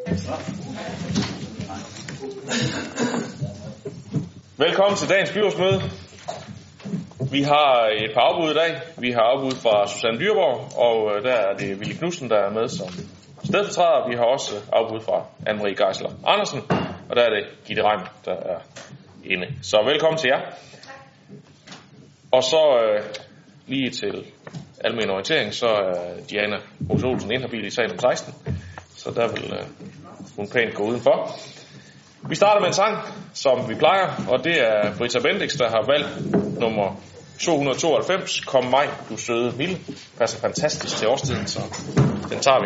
Velkommen til dagens byrådsmøde. Vi har et par afbud i dag. Vi har afbud fra Susanne Dyrborg, og der er det Willy Knudsen, der er med som stedfortræder. Vi har også afbud fra Anne-Marie Geisler Andersen, og der er det Gitte Reim, der er inde. Så velkommen til jer. Og så lige til almen orientering, så er Diana Rose Olsen inhabil i salen om 16, så der vil hun pænt gå udenfor. Vi starter med en sang, som vi plejer, og det er Britta Bendix, der har valgt nummer 292, Kom mig, du søde milde. Passer fantastisk til årstiden, så den tager vi.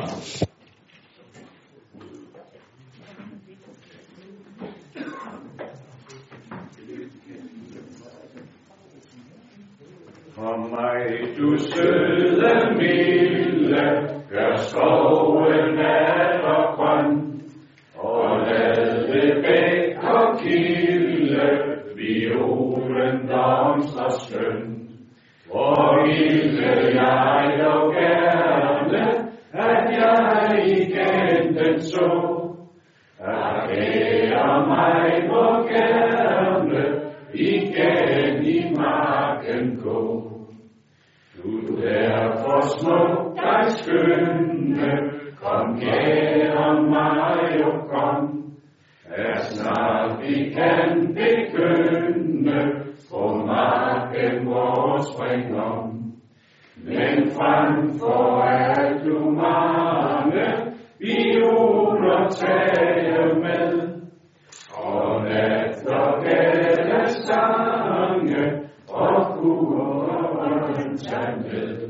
Kom mig, du søde milde, gør skoven nat og grøn, og lad ved bæk og kilde, violen blomstrer skønt. Hvor ville jeg dog gerne, at jeg igen den så, at ære mig må gerne, igen i marken gå. Du er for smuk, dig skønne, kom kære mig og kom, at snart vi kan begynde på marken vores spring om. Men frem for alt du mange, violer tage med, og efter gælde sange, og kuren tage med.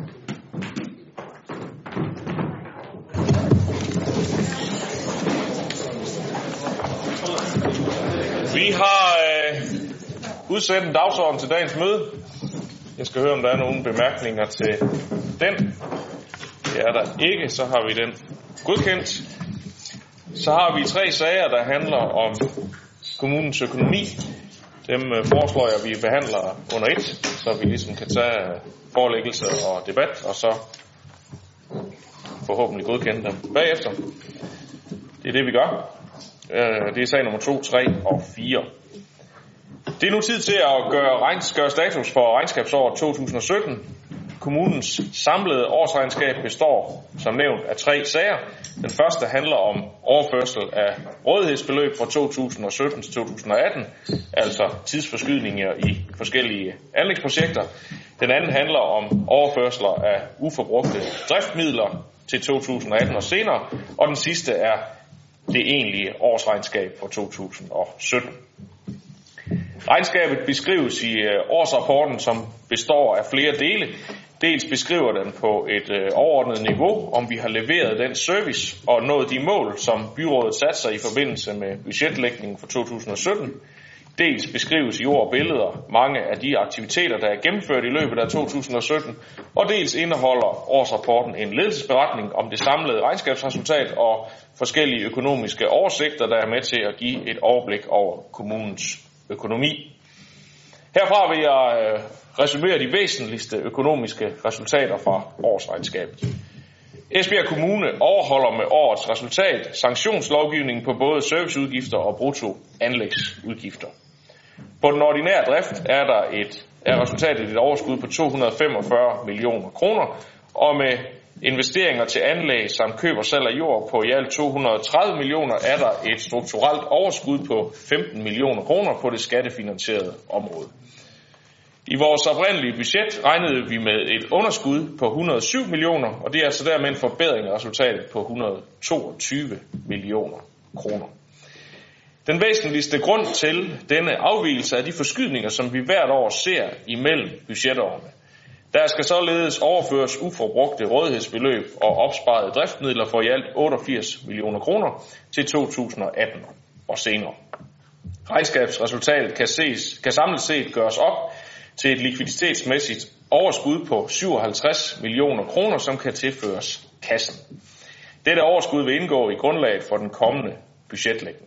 Vi har udsat en dagsorden til dagens møde. Jeg skal høre, om der er nogle bemærkninger til den. Det er der ikke, så har vi den godkendt. Så har vi 3 sager, der handler om kommunens økonomi. Dem foreslår jeg, at vi behandler under et, så vi ligesom kan tage forelæggelse og debat, og så forhåbentlig godkende dem bagefter. Det er det, vi gør. Det er sag nummer 2, 3 og 4. Det er nu tid til at gøre status for regnskabsåret 2017. Kommunens samlede årsregnskab består, som nævnt, af 3 sager. Den første handler om overførsel af rådighedsbeløb fra 2017 til 2018, altså tidsforskydninger i forskellige anlægsprojekter. Den anden handler om overførsler af uforbrugte driftsmidler til 2018 og senere, og den sidste er det egentlige årsregnskab for 2017. Regnskabet beskrives i årsrapporten, som består af flere dele. Dels beskriver den på et overordnet niveau, om vi har leveret den service og nået de mål, som byrådet satte sig i forbindelse med budgetlægningen for 2017. Dels beskrives i ord og billeder mange af de aktiviteter, der er gennemført i løbet af 2017, og dels indeholder årsrapporten en ledelsesberetning om det samlede regnskabsresultat og forskellige økonomiske oversigter, der er med til at give et overblik over kommunens økonomi. Herfra vil jeg resumere de væsentligste økonomiske resultater fra årsregnskabet. Esbjerg Kommune overholder med årets resultat sanktionslovgivningen på både serviceudgifter og bruttoanlægsudgifter. På den ordinære drift er resultatet et overskud på 245 millioner kroner, og med investeringer til anlæg samt køb og salg af jord på i alt 230 millioner er der et strukturelt overskud på 15 millioner kroner på det skattefinansierede område. I vores oprindelige budget regnede vi med et underskud på 107 millioner, og det er altså dermed en forbedring af resultatet på 122 millioner kroner. Den væsentligste grund til denne afvigelse er de forskydninger, som vi hvert år ser imellem budgetårene. Der skal således overføres uforbrugte rådighedsbeløb og opsparede driftsmidler for i alt 88 millioner kroner til 2018 og senere. Regnskabsresultatet kan samlet set gøres op til et likviditetsmæssigt overskud på 57 millioner kroner, som kan tilføres kassen. Dette overskud vil indgå i grundlaget for den kommende budgetlægning.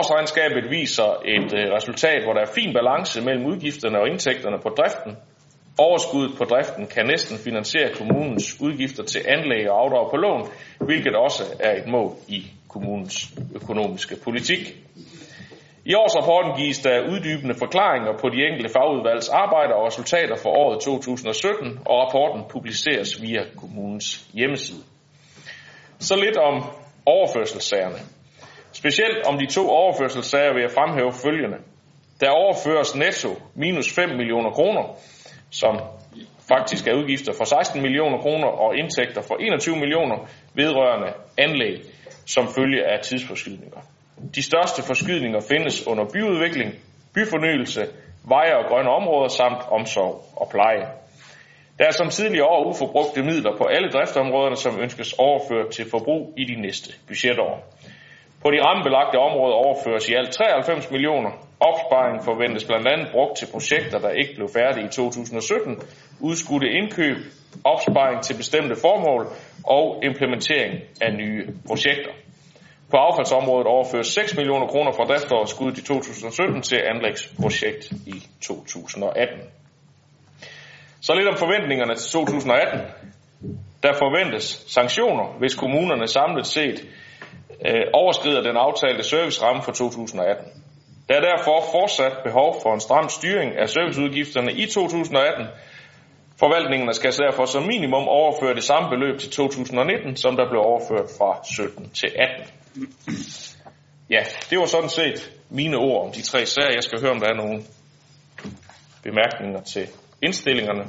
Årsregnskabet viser et resultat, hvor der er fin balance mellem udgifterne og indtægterne på driften. Overskuddet på driften kan næsten finansiere kommunens udgifter til anlæg og afdrag på lån, hvilket også er et mål i kommunens økonomiske politik. I årsrapporten gives der uddybende forklaringer på de enkelte fagudvalgs arbejder og resultater for året 2017, og rapporten publiceres via kommunens hjemmeside. Så lidt om overførselssagerne. Specielt om de 2 overførselssager vil jeg fremhæve følgende. Der overføres netto minus 5 millioner kroner, som faktisk er udgifter for 16 millioner kroner og indtægter for 21 millioner vedrørende anlæg som følge af tidsforskydninger. De største forskydninger findes under byudvikling, byfornyelse, veje og grønne områder samt omsorg og pleje. Der er som tidligere år uforbrugte midler på alle driftsområderne, som ønskes overført til forbrug i de næste budgetår. På de rammebelagte områder overføres i alt 93 millioner. Opsparing forventes blandt andet brugt til projekter, der ikke blev færdige i 2017, udskudte indkøb, opsparing til bestemte formål og implementering af nye projekter. På affaldsområdet overføres 6 millioner kroner fra driftsoverskuddet i 2017 til anlægsprojekt i 2018. Så lidt om forventningerne til 2018. Der forventes sanktioner, hvis kommunerne samlet set overskrider den aftalte serviceramme for 2018. Der er derfor fortsat behov for en stram styring af serviceudgifterne i 2018. Forvaltningerne skal derfor som minimum overføre det samme beløb til 2019, som der blev overført fra 17 til 18. Ja, det var sådan set mine ord om de 3 sager. Jeg skal høre, om der er nogle bemærkninger til indstillingerne.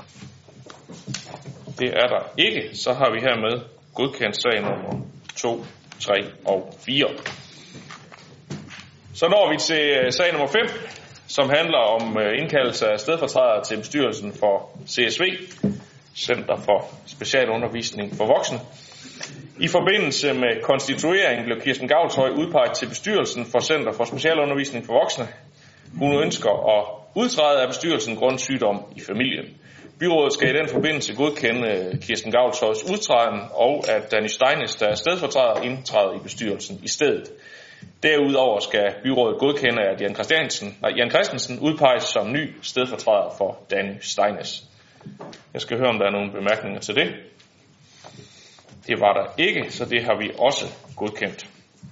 Det er der ikke. Så har vi hermed godkendt sag nummer 2, 3 og 4. Så når vi til sag nummer 5, som handler om indkaldelse af stedfortrædere til bestyrelsen for CSV, Center for Specialundervisning for Voksne. I forbindelse med konstitueringen blev Kirsten Gavlshøj udpeget til bestyrelsen for Center for Specialundervisning for Voksne. Hun ønsker at udtræde af bestyrelsen grundet sygdom i familien. Byrådet skal i den forbindelse godkende Kirsten Gavlshøjs udtræden, og at Danny Steines, der er stedfortræder, indtræder i bestyrelsen i stedet. Derudover skal byrådet godkende, at Jan Christensen udpeges som ny stedfortræder for Danny Steines. Jeg skal høre, om der er nogle bemærkninger til det. Det var der ikke, så det har vi også godkendt.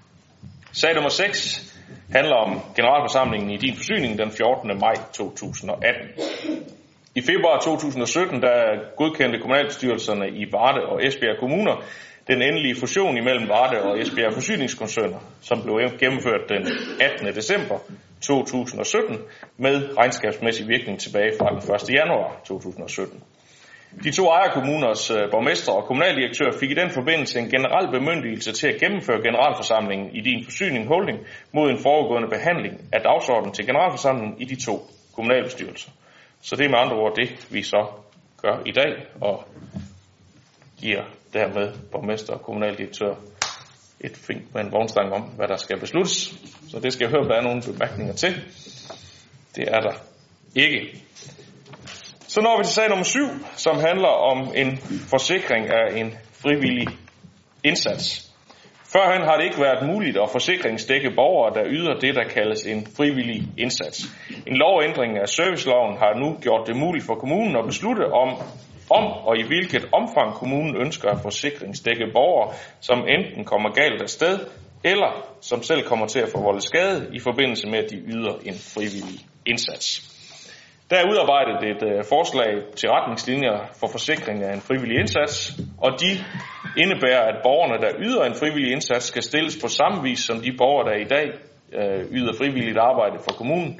Sag nummer 6 handler om generalforsamlingen i Din Forsyning den 14. maj 2018. I februar 2017 der godkendte kommunalbestyrelserne i Varde og Esbjerg Kommuner den endelige fusion imellem Varde og Esbjerg Forsyningskoncerner, som blev gennemført den 18. december 2017 med regnskabsmæssig virkning tilbage fra den 1. januar 2017. De 2 ejerkommuners borgmester og kommunaldirektør fik i den forbindelse en generel bemyndigelse til at gennemføre generalforsamlingen i Din Forsyning Holding mod en foregående behandling af dagsordenen til generalforsamlingen i de 2 kommunalbestyrelser. Så det er med andre ord det, vi så gør i dag, og giver dermed borgmester og kommunaldirektør et fint med en vognstang om, hvad der skal besluttes. Så det skal jeg høre, om der er nogle bemærkninger til. Det er der ikke. Så når vi til sag nummer 7, som handler om en forsikring af en frivillig indsats. Førhen har det ikke været muligt at forsikringsdække borgere, der yder det, der kaldes en frivillig indsats. En lovændring af serviceloven har nu gjort det muligt for kommunen at beslutte om og i hvilket omfang kommunen ønsker at forsikringsdække borgere, som enten kommer galt af sted, eller som selv kommer til at forvolde skade i forbindelse med, at de yder en frivillig indsats. Der er udarbejdet et forslag til retningslinjer for forsikring af en frivillig indsats, og de indebærer, at borgerne, der yder en frivillig indsats, skal stilles på samme vis som de borgere, der i dag yder frivilligt arbejde for kommunen.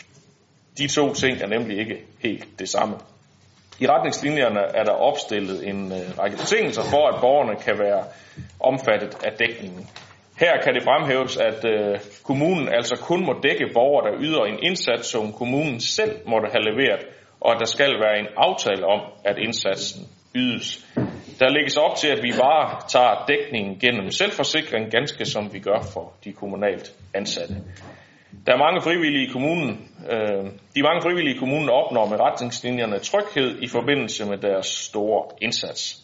De 2 ting er nemlig ikke helt det samme. I retningslinjerne er der opstillet en række betingelser for, at borgerne kan være omfattet af dækningen. Her kan det fremhæves, at kommunen altså kun må dække borgere, der yder en indsats, som kommunen selv måtte have leveret, og at der skal være en aftale om, at indsatsen ydes. Der lægges op til, at vi bare tager dækningen gennem selvforsikring, ganske som vi gør for de kommunalt ansatte. Der er mange frivillige i kommunen. De mange frivillige i kommunen opnår med retningslinjerne tryghed i forbindelse med deres store indsats.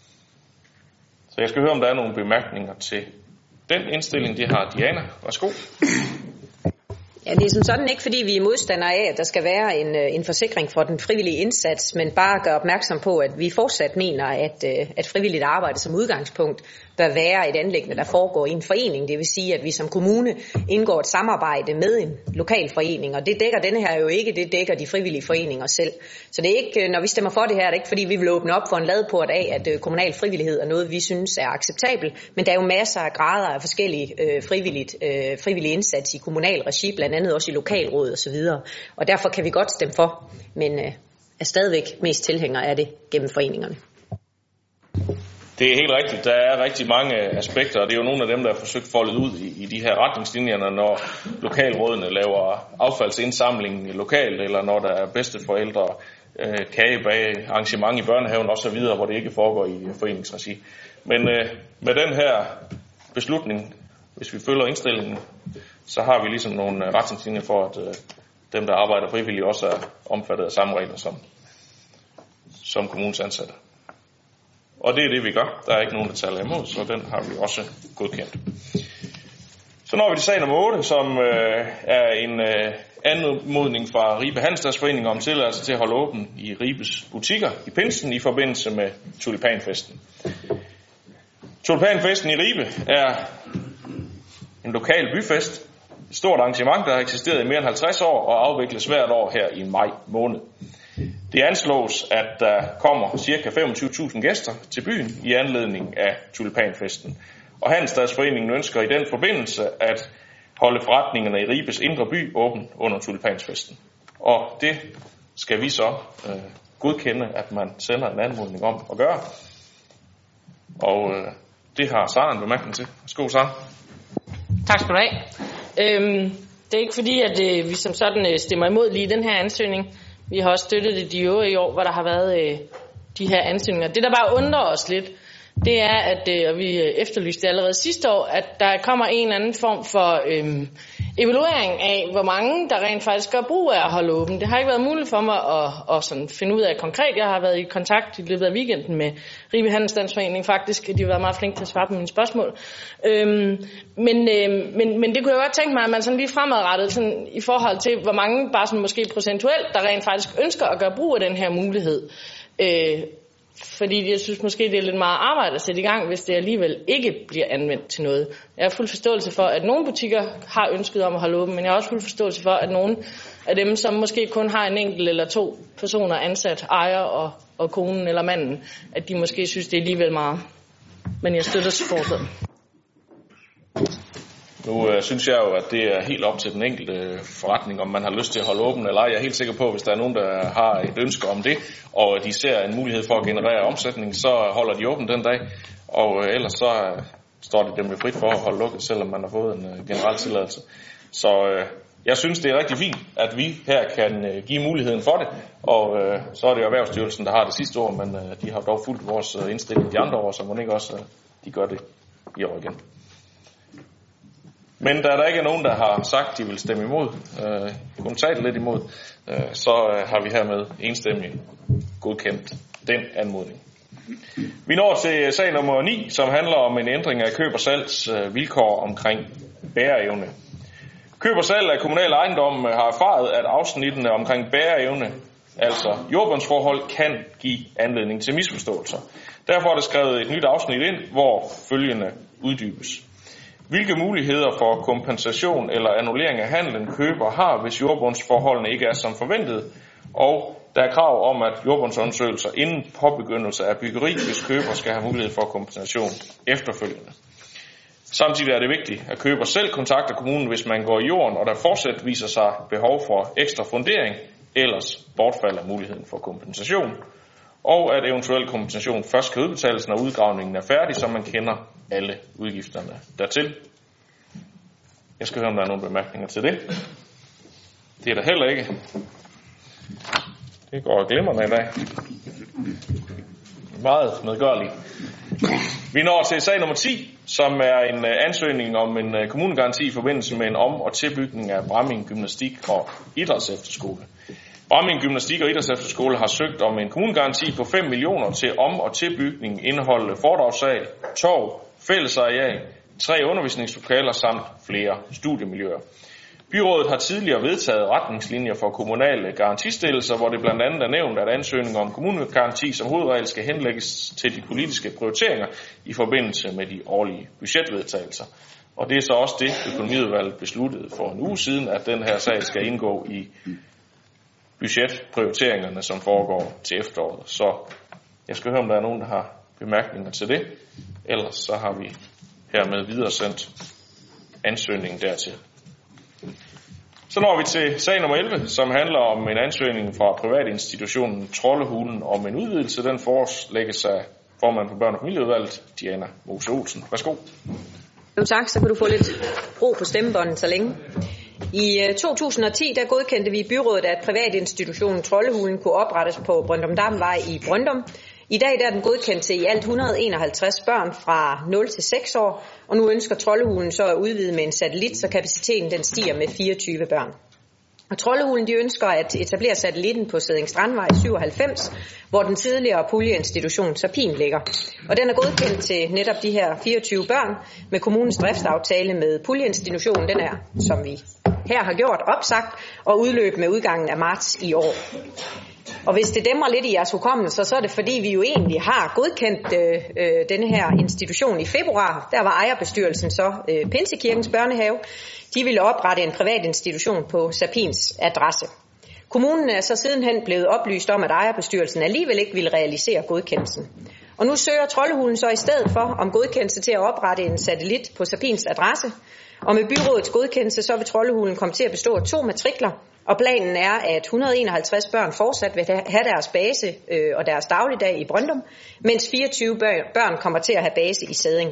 Så jeg skal høre, om der er nogle bemærkninger til den indstilling. Det har Diana. Værsgo. Ja, det er som sådan ikke, fordi vi er modstandere af, at der skal være en forsikring for den frivillige indsats, men bare gøre opmærksom på, at vi fortsat mener, at frivilligt arbejde som udgangspunkt bør være et anliggende, der foregår i en forening. Det vil sige, at vi som kommune indgår et samarbejde med en lokal forening, og det dækker denne her jo ikke, det dækker de frivillige foreninger selv. Så det er ikke, når vi stemmer for det her, det er ikke fordi, vi vil åbne op for en ladeport af, at kommunal frivillighed er noget, vi synes er acceptabelt, men der er jo masser af grader af forskellige frivillige indsats i kommunal regi, blandt andet også i lokalråd og så videre. Og derfor kan vi godt stemme for, men er stadigvæk mest tilhænger af det gennem foreningerne. Det er helt rigtigt. Der er rigtig mange aspekter, og det er jo nogle af dem, der er forsøgt foldet ud i de her retningslinjer, når lokalrådene laver affaldsindsamling lokalt, eller når der er bedsteforældre, kagebage, arrangement i børnehaven osv., hvor det ikke foregår i foreningsregi. Men med den her beslutning, hvis vi følger indstillingen, så har vi ligesom nogle retningslinjer for, at dem, der arbejder frivilligt, også er omfattet af samme regler som kommunens ansatte. Og det er det, vi gør. Der er ikke nogen, der taler imod, så den har vi også godkendt. Så når vi til sag nummer 8, som er en anmodning fra Ribe Handelsdagsforening om tilladelse til at holde åben i Ribes butikker i pinsen i forbindelse med Tulipanfesten. Tulipanfesten i Ribe er en lokal byfest. Et stort arrangement, der har eksisteret i mere end 50 år og afvikles hvert år her i maj måned. Det anslås, at der kommer ca. 25.000 gæster til byen i anledning af Tulipanfesten. Og Handelsdagsforeningen ønsker i den forbindelse at holde forretningerne i Ribes indre by åben under Tulipanfesten. Og det skal vi så godkende, at man sender en anmodning om at gøre. Og det har Sara en bemærkning til. Værsgo, Sara. Tak skal du have. Det er ikke fordi, at vi som sådan stemmer imod lige den her ansøgning. Vi har også støttet det de øvrige år, hvor der har været de her ansøgninger. Det, der bare undrer os lidt, det er, at og vi efterlyste allerede sidste år, at der kommer en eller anden form for evaluering af, hvor mange der rent faktisk gør brug af at holde åben. Det har ikke været muligt for mig at sådan finde ud af konkret. Jeg har været i kontakt i løbet af weekenden med Ribe Handelsdagsforening faktisk. De har været meget flinke til at svare på mine spørgsmål. Men det kunne jeg godt tænke mig, at man sådan lige fremadrettet sådan, i forhold til, hvor mange bare sådan måske procentuelt, der rent faktisk ønsker at gøre brug af den her mulighed. Fordi jeg synes måske, det er lidt meget arbejde at sætte i gang, hvis det alligevel ikke bliver anvendt til noget. Jeg har fuld forståelse for, at nogle butikker har ønsket om at holde åben, men jeg har også fuld forståelse for, at nogle af dem, som måske kun har en enkelt eller to personer ansat, ejer og konen eller manden, at de måske synes, det er alligevel meget. Men jeg støtter forslaget. Nu synes jeg jo, at det er helt op til den enkelte forretning, om man har lyst til at holde åben eller ej. Jeg er helt sikker på, at hvis der er nogen, der har et ønske om det, og de ser en mulighed for at generere omsætning, så holder de åben den dag. Og ellers så står det dem frit for at holde lukket, selvom man har fået en generel tilladelse. Så jeg synes, det er rigtig fint, at vi her kan give muligheden for det. Og så er det jo Erhvervsstyrelsen, der har det sidste år, men de har dog fulgt vores indstilling de andre år, så må ikke også de gør det i år igen. Men da der ikke er nogen, der har sagt, at de vil stemme imod, kun tale lidt imod, så har vi hermed enstemmigt godkendt den anmodning. Vi når til sag nummer 9, som handler om en ændring af køb og salgs vilkår omkring bæreevne. Køb og salg af kommunal ejendom har erfaret, at afsnittene omkring bæreevne, altså jordbundsforhold, kan give anledning til misforståelser. Derfor er der skrevet et nyt afsnit ind, hvor følgende uddybes. Hvilke muligheder for kompensation eller annullering af handlen køber har, hvis jordbundsforholdene ikke er som forventet, og der er krav om, at jordbundsundersøgelser inden påbegyndelse af byggeri, hvis køber skal have mulighed for kompensation efterfølgende. Samtidig er det vigtigt, at køber selv kontakter kommunen, hvis man går i jorden, og der fortsat viser sig behov for ekstra fundering, ellers bortfalder muligheden for kompensation, og at eventuel kompensation først kan udbetales, når udgravningen er færdig, så man kender alle udgifterne dertil. Jeg skal høre, om der er nogle bemærkninger til det. Det er der heller ikke. Det går glimrende i dag. Meget medgørligt. Vi når til sag nummer 10, som er en ansøgning om en kommunegaranti i forbindelse med en om- og tilbygning af Bramming Gymnastik- og Idrætsefterskole. Bramming Gymnastik- og Idrætsefterskole har søgt om en kommunegaranti på 5 millioner til om- og tilbygning, indeholdende foredragssal, torv, fællesareal, 3 undervisningslokaler samt flere studiemiljøer. Byrådet har tidligere vedtaget retningslinjer for kommunale garantistillelser, hvor det blandt andet er nævnt, at ansøgninger om kommunegaranti som hovedregel skal henlægges til de politiske prioriteringer i forbindelse med de årlige budgetvedtagelser. Og det er så også det, økonomiudvalget besluttede for en uge siden, at den her sag skal indgå i budgetprioriteringerne, som foregår til efteråret. Så jeg skal høre, om der er nogen, der har bemærkninger til det. Ellers så har vi hermed videresendt ansøgningen dertil. Så når vi til sag nummer 11, som handler om en ansøgning fra privatinstitutionen Troldehulen om en udvidelse. Den forelægges af formand for Børn- og Familieudvalget, Diana Mose Olsen. Værsgo. Jo tak, så kan du få lidt ro på stemmebåndet så længe. I 2010 der godkendte vi i byrådet, at privatinstitutionen Troldehulen kunne oprettes på Brøndum-Damvej i Brøndum. I dag der er den godkendt til i alt 151 børn fra 0 til 6 år, og nu ønsker Troldehulen så at udvide med en satellit, så kapaciteten den stiger med 24 børn. Og Troldehulen de ønsker at etablere satellitten på Sædding Strandvej 97, hvor den tidligere puljeinstitution Sapin ligger. Og den er godkendt til netop de her 24 børn med kommunens driftsaftale med puljeinstitutionen. Den er, som vi her har gjort, opsagt og udløb med udgangen af marts i år. Og hvis det dæmmer lidt i jeres hukommelse, så er det fordi, vi jo egentlig har godkendt denne her institution i februar. Der var ejerbestyrelsen så Pinsekirkens Børnehave. De ville oprette en privat institution på Sapins adresse. Kommunen er så sidenhen blevet oplyst om, at ejerbestyrelsen alligevel ikke ville realisere godkendelsen. Og nu søger Troldehulen så i stedet for om godkendelse til at oprette en satellit på Sapins adresse. Og med byrådets godkendelse så vil Troldehulen komme til at bestå af 2 matrikler. Og planen er, at 151 børn fortsat vil have deres base og deres dagligdag i Brøndum, mens 24 børn kommer til at have base i Sædding.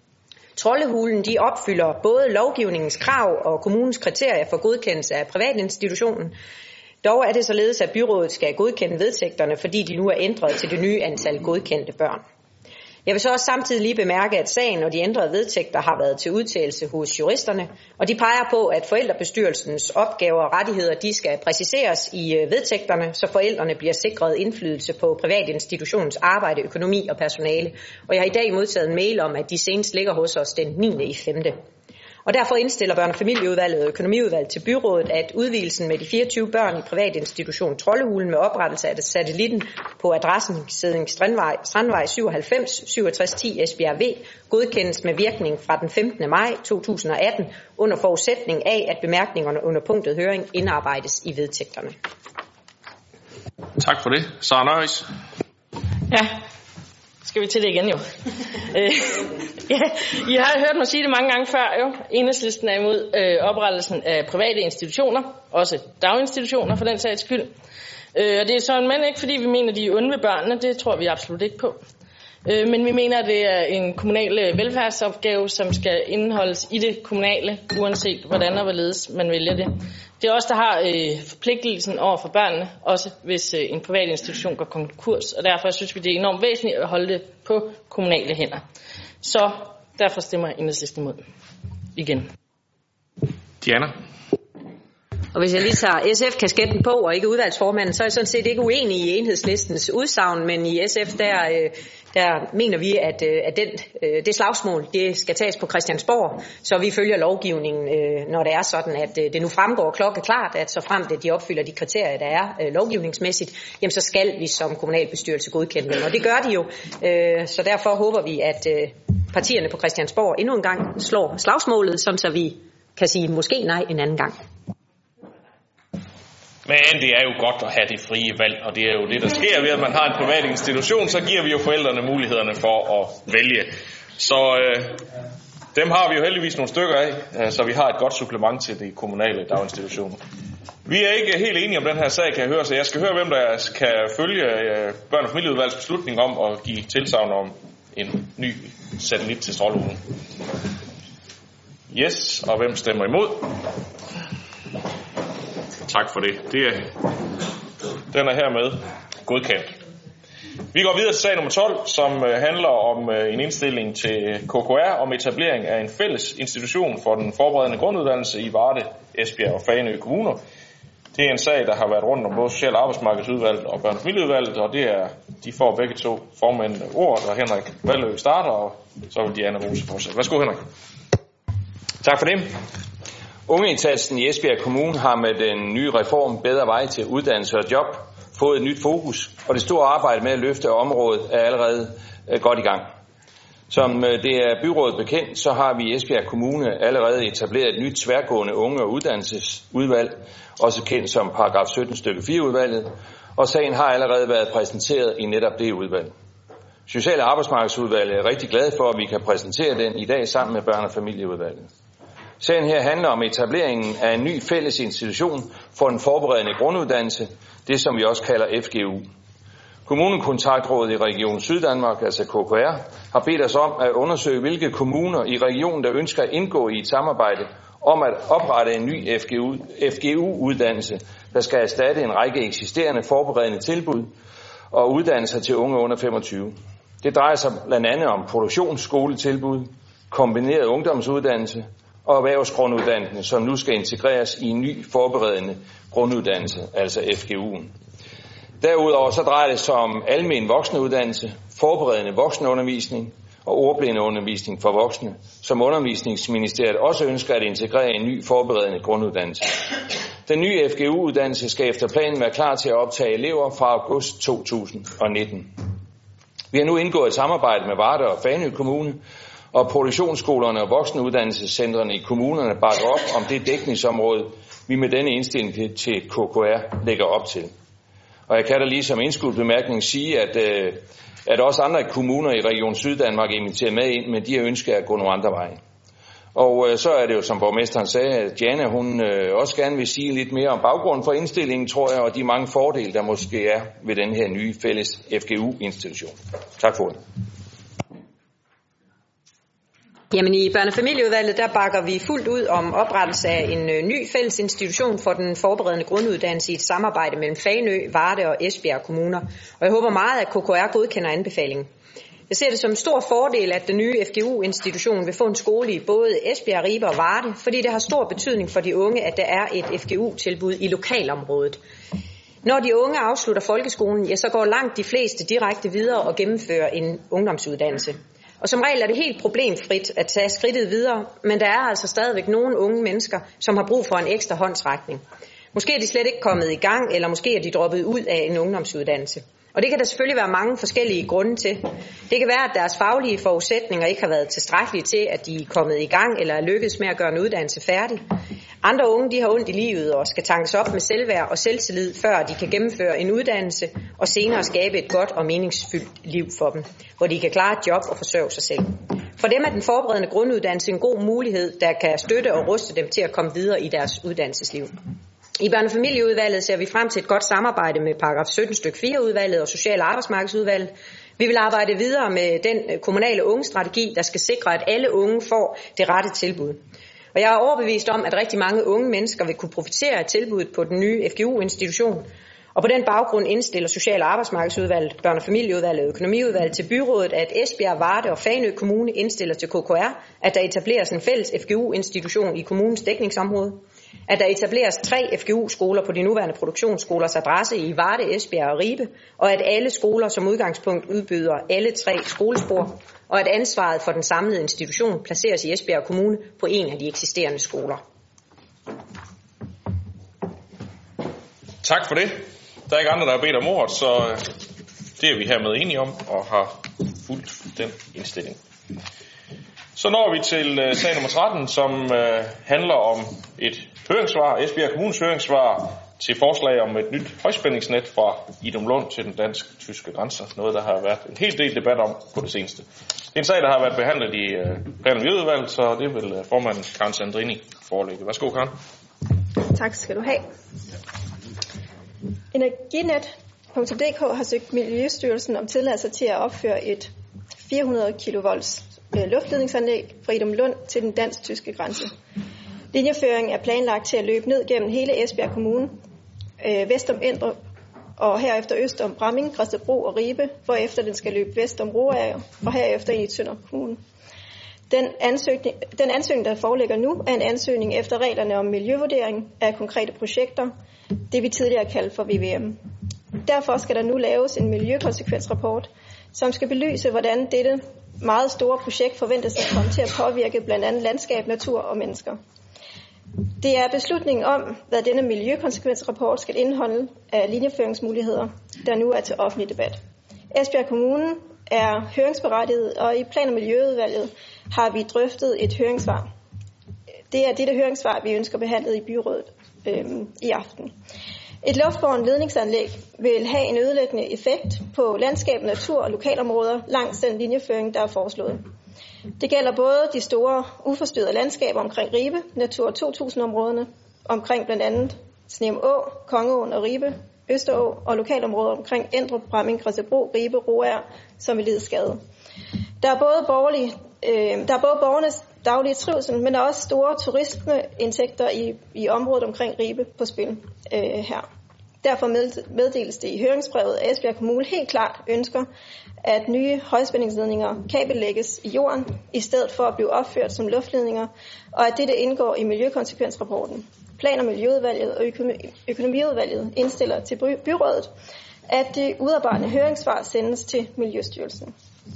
Troldehulen de opfylder både lovgivningens krav og kommunens kriterier for godkendelse af privatinstitutionen. Dog er det således, at byrådet skal godkende vedtægterne, fordi de nu er ændret til det nye antal godkendte børn. Jeg vil så også samtidig lige bemærke, at sagen og de ændrede vedtægter har været til udtalelse hos juristerne, og de peger på, at forældrebestyrelsens opgaver og rettigheder de skal præciseres i vedtægterne, så forældrene bliver sikret indflydelse på privatinstitutionens arbejde, økonomi og personale. Og jeg har i dag modtaget en mail om, at de senest ligger hos os den 9.5. Og derfor indstiller Børn- og Familieudvalget og Økonomiudvalget til byrådet, at udvidelsen med de 24 børn i privatinstitutionen Troldehulen med oprettelse af satellitten på adressen Sædding Strandvej 97 6710 Esbjerg V godkendes med virkning fra den 15. maj 2018 under forudsætning af, at bemærkningerne under punktet høring indarbejdes i vedtægterne. Tak for det. Sara Nøjes. Ja, skal vi til det igen jo. I har hørt mig sige det mange gange før jo. Enhedslisten er imod oprettelsen af private institutioner, også daginstitutioner for den sags skyld. Og det er sådan, men ikke fordi vi mener, de er onde ved børnene, det tror vi absolut ikke på. Men vi mener, at det er en kommunal velfærdsopgave, som skal indeholdes i det kommunale, uanset hvordan og hvorledes man vælger det. Det er også der har forpligtelsen over for børnene, også hvis en privat institution går konkurs, og derfor synes vi, det er enormt væsentligt at holde det på kommunale hænder. Så derfor stemmer Enhedslisten imod igen. Diana. Og hvis jeg lige tager SF-kasketten på og ikke udvalgsformanden, så er jeg sådan set ikke uenig i Enhedslistens udsagn, men i SF der mener vi, at det slagsmål det skal tages på Christiansborg, så vi følger lovgivningen, når det er sådan, at det nu fremgår klokkeklart, at så frem de opfylder de kriterier, der er lovgivningsmæssigt, jamen så skal vi som kommunalbestyrelse godkende dem, og det gør de jo. Så derfor håber vi, at partierne på Christiansborg endnu en gang slår slagsmålet, sådan så vi kan sige måske nej en anden gang. Men det er jo godt at have det frie valg, og det er jo det, der sker ved, at man har en privat institution, så giver vi jo forældrene mulighederne for at vælge. Så dem har vi jo heldigvis nogle stykker af, så vi har et godt supplement til de kommunale daginstitutioner. Vi er ikke helt enige om den her sag, kan jeg høre, så jeg skal høre, hvem der kan følge Børn- og Familieudvalgets beslutning om at give tilsagn om en ny satellit til Troldehulen. Yes, og hvem stemmer imod? Tak for det. Den er hermed godkendt. Vi går videre til sag nummer 12, som handler om en indstilling til KKR om etablering af en fælles institution for den forberedende grunduddannelse i Varde, Esbjerg og Fanø kommuner. Det er en sag, der har været rundt om både Social- og Arbejdsmarkedsudvalget og Børn- og Familieudvalget, og de får begge to formændende ord, og Henrik Vallø starter, og så vil Diana Mose fortsætte. Værsgo, Henrik. Tak for det. Ungeindsatsen i Esbjerg Kommune har med den nye reform Bedre Vej til Uddannelse og Job fået et nyt fokus, og det store arbejde med at løfte området er allerede godt i gang. Som det er byrådet bekendt, så har vi i Esbjerg Kommune allerede etableret et nyt tværgående unge- og uddannelsesudvalg, også kendt som paragraf 17 stykke 4 udvalget, og sagen har allerede været præsenteret i netop det udvalg. Social- og arbejdsmarkedsudvalget er rigtig glad for, at vi kan præsentere den i dag sammen med børne- og familieudvalget. Sagen her handler om etableringen af en ny fælles institution for den forberedende grunduddannelse, det som vi også kalder FGU. Kommunekontaktrådet i Region Syddanmark, altså KKR, har bedt os om at undersøge, hvilke kommuner i regionen, der ønsker at indgå i et samarbejde om at oprette en ny FGU-uddannelse, der skal erstatte en række eksisterende forberedende tilbud og uddannelser til unge under 25. Det drejer sig blandt andet om produktionsskoletilbud, kombineret ungdomsuddannelse og erhvervsgrunduddannelse, som nu skal integreres i en ny forberedende grunduddannelse, altså FGU'en. Derudover så drejer det sig om almen voksenuddannelse, forberedende voksenundervisning og ordblindeundervisning for voksne, som Undervisningsministeriet også ønsker at integrere i en ny forberedende grunduddannelse. Den nye FGU-uddannelse skal efter planen være klar til at optage elever fra august 2019. Vi har nu indgået et samarbejde med Varde og Fanø Kommune, og produktionsskolerne og voksenuddannelsescentrene i kommunerne bakker op om det dækningsområde, vi med denne indstilling til KKR lægger op til. Og jeg kan da lige som indskudt bemærkning sige, at også andre kommuner i Region Syddanmark er inviteret med ind, men de har ønsket at gå nogle andre veje. Og så er det jo, som borgmesteren sagde, at Jana, hun også gerne vil sige lidt mere om baggrunden for indstillingen, tror jeg, og de mange fordele, der måske er ved den her nye fælles FGU-institution. Tak for det. Jamen i børne- og familieudvalget, der bakker vi fuldt ud om oprettelse af en ny fælles institution for den forberedende grunduddannelse i et samarbejde mellem Fanø, Varde og Esbjerg kommuner. Og jeg håber meget, at KKR godkender anbefalingen. Jeg ser det som en stor fordel, at den nye FGU-institution vil få en skole i både Esbjerg, Ribe og Varde, fordi det har stor betydning for de unge, at der er et FGU-tilbud i lokalområdet. Når de unge afslutter folkeskolen, ja, så går langt de fleste direkte videre og gennemfører en ungdomsuddannelse. Og som regel er det helt problemfrit at tage skridtet videre, men der er altså stadigvæk nogle unge mennesker, som har brug for en ekstra håndsrækning. Måske er de slet ikke kommet i gang, eller måske er de droppet ud af en ungdomsuddannelse. Og det kan der selvfølgelig være mange forskellige grunde til. Det kan være, at deres faglige forudsætninger ikke har været tilstrækkelige til, at de er kommet i gang eller er lykkedes med at gøre en uddannelse færdig. Andre unge, de har ondt i livet og skal tankes op med selvværd og selvtillid, før de kan gennemføre en uddannelse og senere skabe et godt og meningsfyldt liv for dem, hvor de kan klare et job og forsørge sig selv. For dem er den forberedende grunduddannelse en god mulighed, der kan støtte og ruste dem til at komme videre i deres uddannelsesliv. I børne- og familieudvalget ser vi frem til et godt samarbejde med paragraf 17 stykke 4 udvalget og social- og arbejdsmarkedsudvalget. Vi vil arbejde videre med den kommunale ungestrategi, der skal sikre, at alle unge får det rette tilbud. Og jeg er overbevist om, at rigtig mange unge mennesker vil kunne profitere af tilbuddet på den nye FGU-institution. Og på den baggrund indstiller Social- og Arbejdsmarkedsudvalget, Børne- og Familieudvalget og Økonomiudvalget til byrådet, at Esbjerg, Varde og Fanø Kommune indstiller til KKR, at der etableres en fælles FGU-institution i kommunens dækningsområde. At der etableres 3 FGU-skoler på de nuværende produktionsskolers adresse i Varde, Esbjerg og Ribe, og at alle skoler som udgangspunkt udbyder alle 3 skolespor, og at ansvaret for den samlede institution placeres i Esbjerg Kommune på en af de eksisterende skoler. Tak for det. Der er ikke andre, der har bedt om ordet, så det er vi hermed enige om og har fulgt den indstilling. Så når vi til sag nummer 13, som handler om et høringssvar, Esbjerg Kommunes høringssvar til forslag om et nyt højspændingsnet fra Idumlund til den dansk-tyske grænse. Noget, der har været en hel del debat om på det seneste. Det er en sag, der har været behandlet i Plan- og Miljøudvalget, så det vil formanden Karen Sandrini forelægge. Værsgo, Karen. Tak skal du have. Energinet.dk har søgt Miljøstyrelsen om tilladelse til at opføre et 400 kV luftledningsanlæg fra Idumlund til den dansk-tyske grænse. Linjeføringen er planlagt til at løbe ned gennem hele Esbjerg Kommune, vest om Endrup og herefter øst om Bramming, Græsted-Bro og Ribe, hvorefter den skal løbe vest om Roager og herefter ind i Tønder Kommune. Den ansøgning, der foreligger nu, er en ansøgning efter reglerne om miljøvurdering af konkrete projekter, det vi tidligere kaldte for VVM. Derfor skal der nu laves en miljøkonsekvensrapport, som skal belyse, hvordan dette meget store projekt forventes at komme til at påvirke blandt andet landskab, natur og mennesker. Det er beslutningen om, hvad denne miljøkonsekvensrapport skal indeholde af linjeføringsmuligheder, der nu er til offentlig debat. Esbjerg Kommune er høringsberettiget, og i Plan- og Miljøudvalget har vi drøftet et høringssvar. Det er dette høringssvar, vi ønsker behandlet i byrådet i aften. Et luftbårent ledningsanlæg vil have en ødelæggende effekt på landskab, natur og lokalområder langs den linjeføring, der er foreslået. Det gælder både de store uforstyrrede landskaber omkring Ribe, Natur 2000-områderne, omkring blandt andet Sneum Å, Kongeåen og Ribe, Østerå og lokalområder omkring Endrup, Bramming, Græsebro, Ribe, Roager, som vil lide skade. Der er både borgernes daglige trivsel, men også store turismeindtægter i området omkring Ribe på spil her. Derfor meddeles det i høringsbrevet, at Esbjerg Kommune helt klart ønsker, at nye højspændingsledninger kabellægges i jorden, i stedet for at blive opført som luftledninger, og at dette indgår i miljøkonsekvensrapporten. Plan- og Miljøudvalget og Økonomiudvalget indstiller til byrådet, at det udarbejdende høringssvar sendes til Miljøstyrelsen.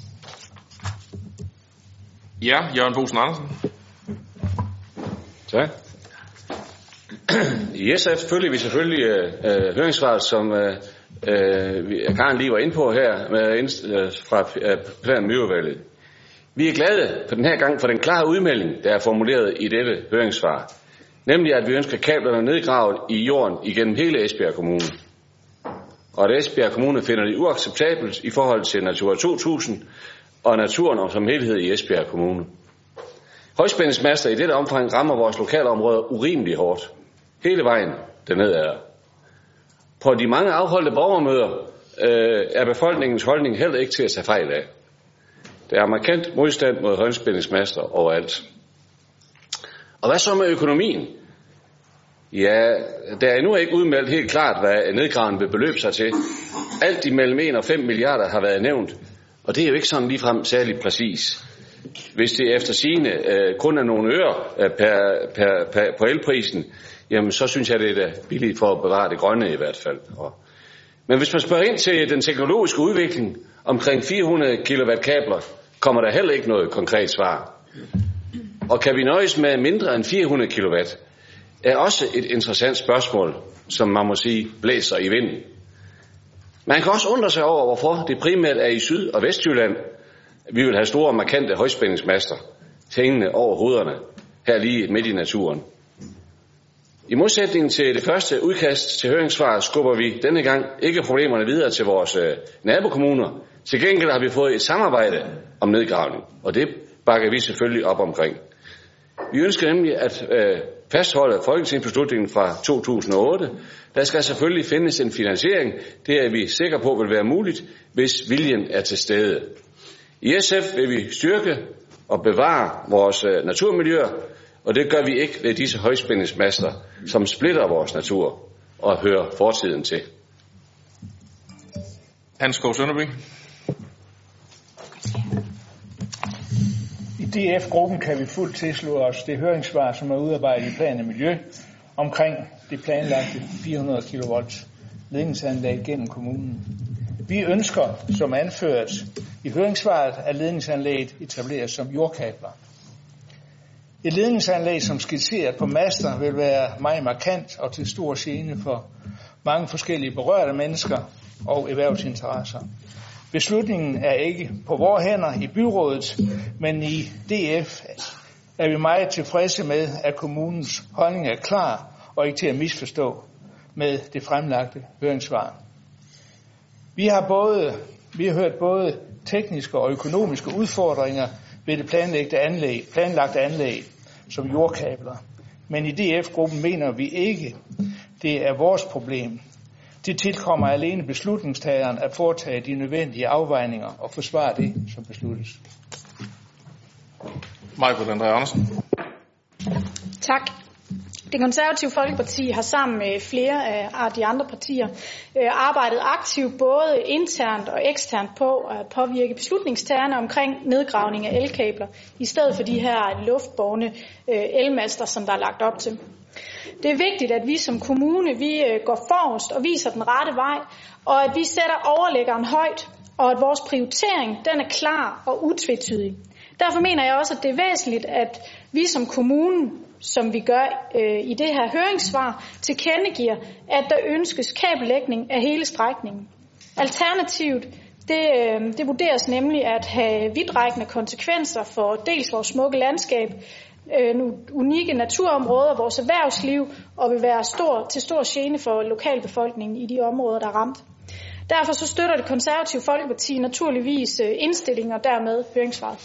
Ja, Jørgen Bosen Andersen. Tak. I SF følger vi selvfølgelig høringssvaret, som Karen lige var inde på her fra Plan- og Miljøudvalget. Vi er glade for den her gang for den klare udmelding, der er formuleret i dette høringssvar. Nemlig at vi ønsker kablerne nedgravet i jorden igennem hele Esbjerg Kommune. Og at Esbjerg Kommune finder det uacceptabelt i forhold til Natura 2000 og naturen som helhed i Esbjerg Kommune. Højspændingsmaster i dette omfang rammer vores lokalområder urimelig hårdt. Hele vejen derned er. På de mange afholdte borgermøder er befolkningens holdning heller ikke til at tage fejl af. Der er markant modstand mod højspændingsmaster overalt. Og hvad så med økonomien? Ja, der er endnu ikke udmeldt helt klart, hvad nedgravningen vil beløbe sig til. Alt imellem 1 og 5 milliarder har været nævnt, og det er jo ikke sådan ligefrem særligt præcis. Hvis det efter sigende kun er nogle øre på elprisen, jamen så synes jeg, det er da billigt for at bevare det grønne i hvert fald. Men hvis man spørger ind til den teknologiske udvikling omkring 400 kW kabler, kommer der heller ikke noget konkret svar. Og kan vi nøjes med mindre end 400 kW, er også et interessant spørgsmål, som man må sige blæser i vinden. Man kan også undre sig over, hvorfor det primært er i Syd- og Vestjylland, vi vil have store markante højspændingsmaster hængende over hovederne, her lige midt i naturen. I modsætning til det første udkast til høringssvar skubber vi denne gang ikke problemerne videre til vores nabokommuner. Til gengæld har vi fået et samarbejde om nedgravning, og det bakker vi selvfølgelig op omkring. Vi ønsker nemlig at fastholde folketingsbeslutningen fra 2008. Der skal selvfølgelig findes en finansiering. Det er vi sikre på vil være muligt, hvis viljen er til stede. I SF vil vi styrke og bevare vores naturmiljøer, og det gør vi ikke ved disse højspændingsmaster, som splitter vores natur og hører fortiden til. Hans Skov Sønderby. I DF-gruppen kan vi fuldt tilslutte os det høringssvar, som er udarbejdet i Plan og Miljø omkring det planlagte 400 kV ledningsanlæg gennem kommunen. Vi ønsker, som anført i høringssvaret, at ledningsanlægget etableres som jordkabler. Et ledningsanlæg, som skitseret på master, vil være meget markant og til stor gene for mange forskellige berørte mennesker og erhvervsinteresser. Beslutningen er ikke på vores hænder i byrådet, men i DF er vi meget tilfredse med, at kommunens holdning er klar og ikke til at misforstå med det fremlagte høringssvar. Vi har hørt både tekniske og økonomiske udfordringer ved det planlagte anlæg som jordkabler. Men i DF-gruppen mener vi ikke, det er vores problem. Det tilkommer alene beslutningstageren at foretage de nødvendige afvejninger og forsvare det, som besluttes. Michael André Andersen. Tak. Det Konservative Folkeparti har sammen med flere af de andre partier arbejdet aktivt både internt og eksternt på at påvirke beslutningstagerne omkring nedgravning af elkabler, i stedet for de her luftbårne elmaster, som der er lagt op til. Det er vigtigt, at vi som kommune går forrest og viser den rette vej, og at vi sætter overliggeren højt, og at vores prioritering den er klar og utvetydig. Derfor mener jeg også, at det er væsentligt, at vi som kommune som vi gør i det her høringssvar, tilkendegiver, at der ønskes kabellægning af hele strækningen. Alternativet, det vurderes nemlig at have vidtrækkende konsekvenser for dels vores smukke landskab, unikke naturområder, vores erhvervsliv, og vil være til stor gene for lokalbefolkningen i de områder, der er ramt. Derfor så støtter Det Konservative Folkeparti naturligvis indstillingen og dermed høringssvaret.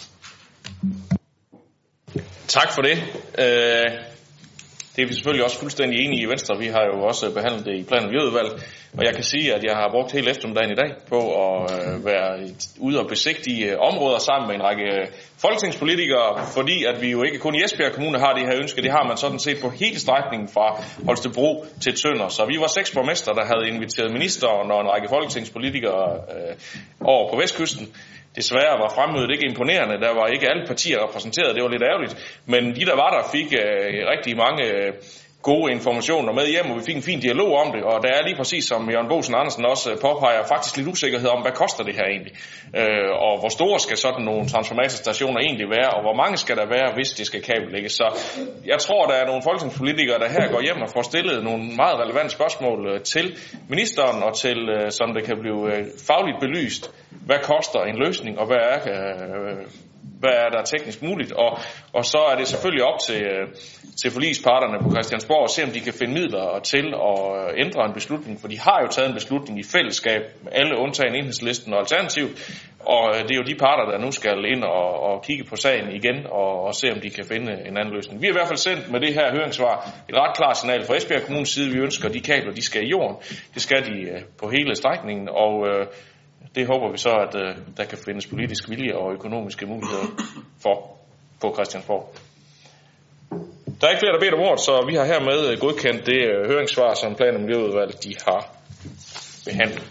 Tak for det. Det er vi selvfølgelig også fuldstændig enige i Venstre. Vi har jo også behandlet det i Plan- og Miljøudvalget, og jeg kan sige, at jeg har brugt hele eftermiddagen i dag på at være ude og besigtige områder sammen med en række folketingspolitikere, fordi at vi jo ikke kun i Esbjerg Kommune har det her ønske, det har man sådan set på hele strækningen fra Holstebro til Tønder. Så vi var 6 borgmestre, der havde inviteret ministeren og en række folketingspolitikere over på Vestkysten. Desværre var fremmødet ikke imponerende. Der var ikke alle partier repræsenteret. Det var lidt ærgerligt. Men de, der var der, fik rigtig mange gode informationer med hjem, og vi fik en fin dialog om det. Og der er lige præcis, som Jørgen Bosen Andersen også påpeger, faktisk lidt usikkerhed om, hvad koster det her egentlig? Og hvor store skal sådan nogle transformatorstationer egentlig være? Og hvor mange skal der være, hvis det skal kabellægges? Så jeg tror, der er nogle folketingspolitikere, der her går hjem og får stillet nogle meget relevante spørgsmål til ministeren og til, som det kan blive fagligt belyst. Hvad koster en løsning, og hvad er der teknisk muligt? Og så er det selvfølgelig op til forligsparterne på Christiansborg at se, om de kan finde midler til at ændre en beslutning. For de har jo taget en beslutning i fællesskab, alle undtagen Enhedslisten og Alternativ. Og det er jo de parter, der nu skal ind og kigge på sagen igen og se, om de kan finde en anden løsning. Vi har i hvert fald sendt med det her høringssvar et ret klart signal fra Esbjerg Kommunes side. Vi ønsker, at de kabler, de skal i jorden. Det skal de på hele strækningen, og det håber vi så, at der kan findes politisk vilje og økonomiske muligheder for på Christiansborg. Der er ikke flere, der beder om ordet, så vi har hermed godkendt det høringssvar, som Plan- og Miljøudvalget de har behandlet.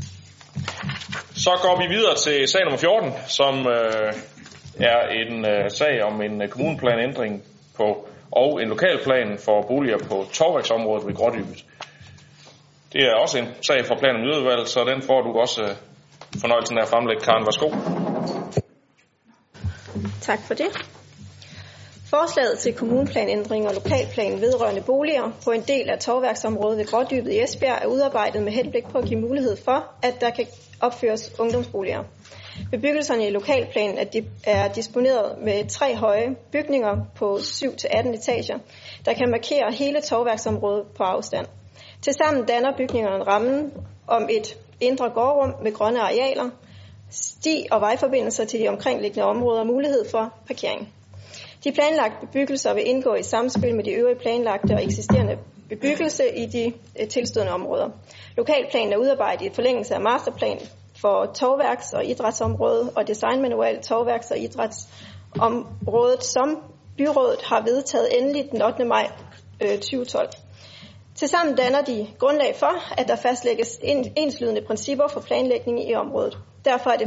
Så går vi videre til sag nummer 14, som er en sag om en kommuneplanændring og en lokalplan for boliger på Tovværksområdet ved Grådybet. Det er også en sag fra Plan- og Miljøudvalget, så den får du også fornøjelsen af at fremlægge. Karen, værsgo. Tak for det. Forslaget til kommuneplanændring og lokalplan vedrørende boliger på en del af Tovværksområdet ved Grådybet i Esbjerg er udarbejdet med henblik på at give mulighed for, at der kan opføres ungdomsboliger. Bebyggelserne i lokalplanen er disponeret med 3 høje bygninger på 7-18 etager, der kan markere hele Tovværksområdet på afstand. Tilsammen danner bygningerne rammen om et indre gårdrum med grønne arealer, sti og vejforbindelser til de omkringliggende områder og mulighed for parkering. De planlagte bebyggelser vil indgå i samspil med de øvrige planlagte og eksisterende bebyggelse i de tilstødende områder. Lokalplanen er udarbejdet i forlængelse af masterplan for Tovværks- og idrætsområdet og designmanual Tovværks- og idrætsområdet, som byrådet har vedtaget endelig den 8. maj 2012. Tilsammen danner de grundlag for, at der fastlægges enslydende principper for planlægning i området. Derfor er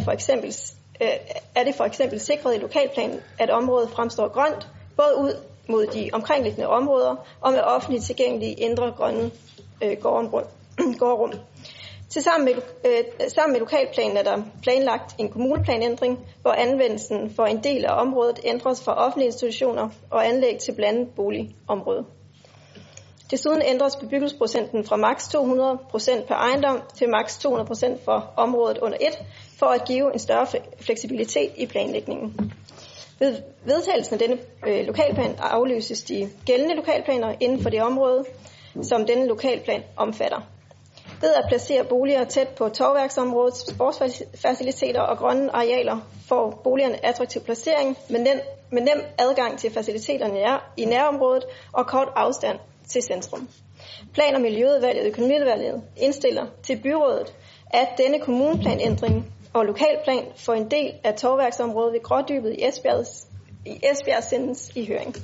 det for eksempel sikret i lokalplanen, at området fremstår grønt, både ud mod de omkringliggende områder og med offentligt tilgængelige indre grønne gårdrum. Sammen med lokalplanen er der planlagt en kommuneplanændring, hvor anvendelsen for en del af området ændres fra offentlige institutioner og anlæg til blandet boligområde. Desuden ændres bebyggelsesprocenten fra maks 200% per ejendom til maks 200% for området under 1, for at give en større fleksibilitet i planlægningen. Ved vedtagelsen af denne lokalplan afløses de gældende lokalplaner inden for det område, som denne lokalplan omfatter. Ved at placere boliger tæt på Tovværksområdets sportsfaciliteter og grønne arealer får boligerne attraktiv placering med nem adgang til faciliteterne i nærområdet og kort afstand til centrum. Plan- og Miljøudvalget og Økonomiudvalget indstiller til byrådet, at denne kommuneplanændring og lokalplan for en del af Tovværksområdet ved Grådybet i Esbjerg sendes i høring.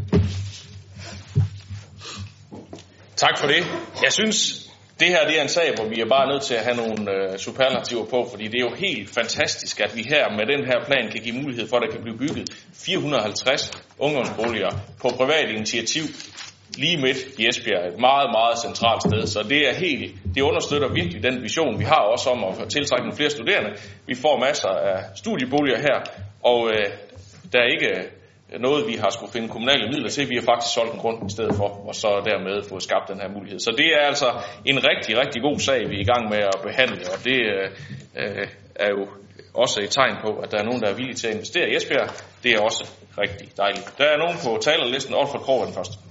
Tak for det. Jeg synes, det her det er en sag, hvor vi er bare nødt til at have nogle superlativer på, fordi det er jo helt fantastisk, at vi her med den her plan kan give mulighed for, at der kan blive bygget 450 ungdomsboliger på privat initiativ lige midt i Esbjerg, et meget, meget centralt sted. Så det understøtter virkelig den vision, vi har også om at tiltrække flere studerende. Vi får masser af studieboliger her, og der er ikke noget, vi har skulle finde kommunale midler til. Vi har faktisk solgt en grund i stedet for, og så dermed fået skabt den her mulighed. Så det er altså en rigtig, rigtig god sag, vi er i gang med at behandle, og det er jo også et tegn på, at der er nogen, der er villige til at investere i Esbjerg. Det er også rigtig dejligt. Der er nogen på talerlisten. Olfert Krogh den først.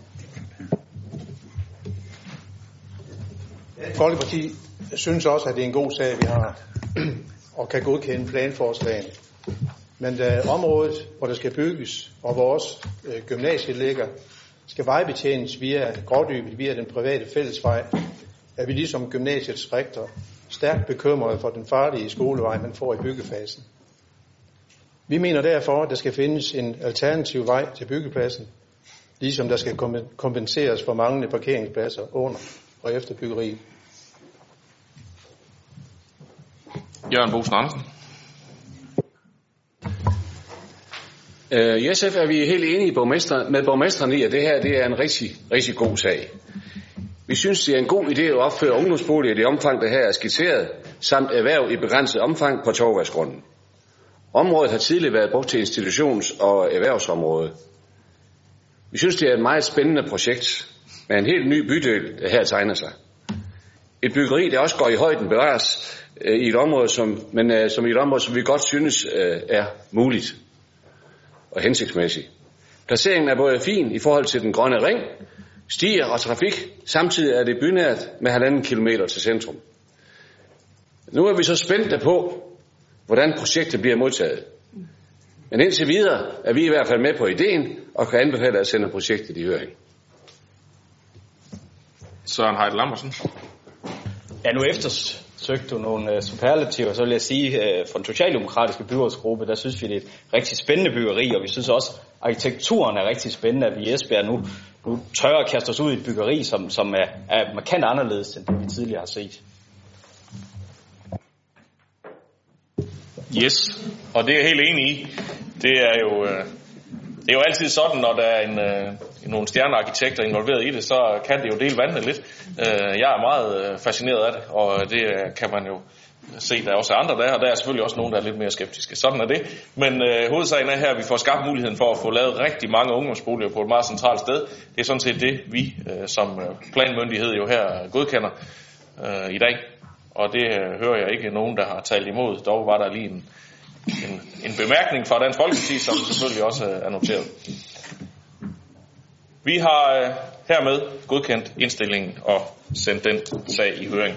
Folkeparti synes også, at det er en god sag, vi har, og kan godkende planforslagene. Men da området, hvor der skal bygges, og hvor også gymnasiet ligger, skal vejbetjenes via Grådybet, via den private fællesvej, er vi ligesom gymnasiets rektor stærkt bekymrede for den farlige skolevej, man får i byggefasen. Vi mener derfor, at der skal findes en alternativ vej til byggepladsen, ligesom der skal kompenseres for manglende parkeringspladser under og efter byggeriet. Jørgen Bosen Andersen. I SF er vi helt enige med borgmesteren i, at det her det er en rigtig, rigtig god sag. Vi synes, det er en god idé at opføre ungdomsboliger i det omfang, der her er skitseret, samt erhverv i begrænset omfang på Torvvadsgrunden. Området har tidligere været brugt til institutions- og erhvervsområde. Vi synes, det er et meget spændende projekt med en helt ny bydel, der her tegner sig. Et byggeri, der også går i højden, bevares i et område, som vi godt synes er muligt og hensigtsmæssigt. Placeringen er både fin i forhold til den grønne ring, stier og trafik. Samtidig er det bynært med 1,5 kilometer til centrum. Nu er vi så spændte på, hvordan projektet bliver modtaget. Men indtil videre er vi i hvert fald med på ideen og kan anbefale at sende projektet i høring. Søren Heidel Lambertsen. Ja, nu eftersøgte du nogle superlativer, så vil jeg sige, fra den socialdemokratiske byrådsgruppe, der synes vi, det er et rigtig spændende byggeri, og vi synes også, at arkitekturen er rigtig spændende, at vi i Esbjerg nu tør at kaste os ud i et byggeri, som er markant anderledes, end det vi tidligere har set. Yes, og det er jeg helt enig i. Det er jo altid sådan, når der er nogle stjernearkitekter involveret i det, så kan det jo dele vandene lidt. Jeg er meget fascineret af det, og det kan man jo se, der er også andre der, og der er selvfølgelig også nogen, der er lidt mere skeptiske. Sådan er det. Men hovedsagen er her, at vi får skabt muligheden for at få lavet rigtig mange ungdomsboliger på et meget centralt sted. Det er sådan set det, vi som planmyndighed jo her godkender i dag. Og det hører jeg ikke nogen, der har talt imod. Dog var der lige en bemærkning fra Dansk Folkeparti, som selvfølgelig også er noteret. Vi har hermed godkendt indstillingen og sendt den sag i høring.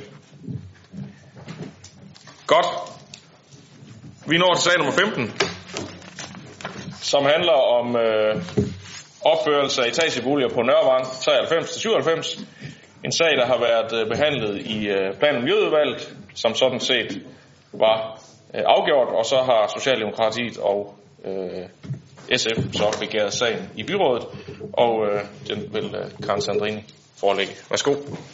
Godt. Vi når til sag nummer 15, som handler om opførelse af etageboliger på Nørrevang 93-97. En sag, der har været behandlet i Plan- og Miljøudvalget, som sådan set var afgjort, og så har Socialdemokratiet og SF så begæret sagen i byrådet, og den vil Karen Sandrini forelægge. Værsgo.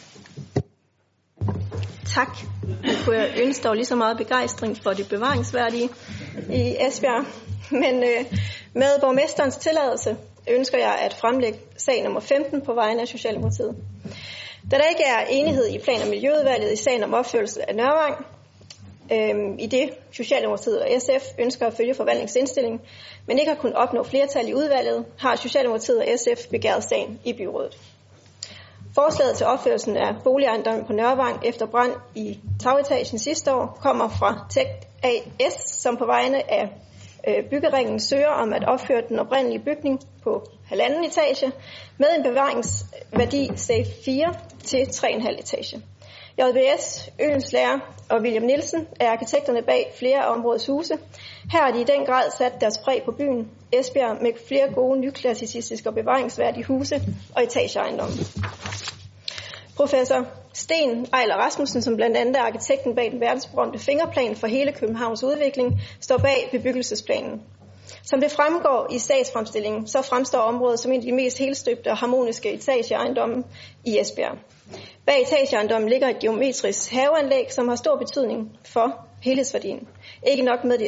Tak. Jeg kunne ønske dog lige så meget begejstring for det bevaringsværdige i Esbjerg, men med borgmesterens tilladelse ønsker jeg at fremlægge sag nummer 15 på vegne af Socialdemokratiet. Da der ikke er enighed i Plan- og Miljøudvalget i sagen om opførelse af Nørrevang, i det Socialdemokratiet og SF ønsker at følge forvaltningsindstillingen, men ikke har kunnet opnå flertal i udvalget, har Socialdemokratiet og SF begæret sagen i byrådet. Forslaget til opførelsen af boligejendommen på Nørrevang efter brand i tagetagen sidste år kommer fra Tech AS, som på vegne af byggeringen søger om at opføre den oprindelige bygning på 1,5 etage med en bevaringsværdi sag 4 til 3,5 etage. JBS, Ølenslager og William Nielsen er arkitekterne bag flere af områdets huse. Her har de i den grad sat deres præg på byen Esbjerg med flere gode nyklassicistiske og bevaringsværdige huse og etageejendomme. Professor Sten Ejler Rasmussen, som blandt andet er arkitekten bag den verdensberømte fingerplan for hele Københavns udvikling, står bag bebyggelsesplanen. Som det fremgår i statsfremstillingen, så fremstår området som en af de mest helstøbte og harmoniske etageejendomme i Esbjerg. Bag etageejendommen ligger et geometrisk haveanlæg, som har stor betydning for helhedsværdien. Ikke nok med det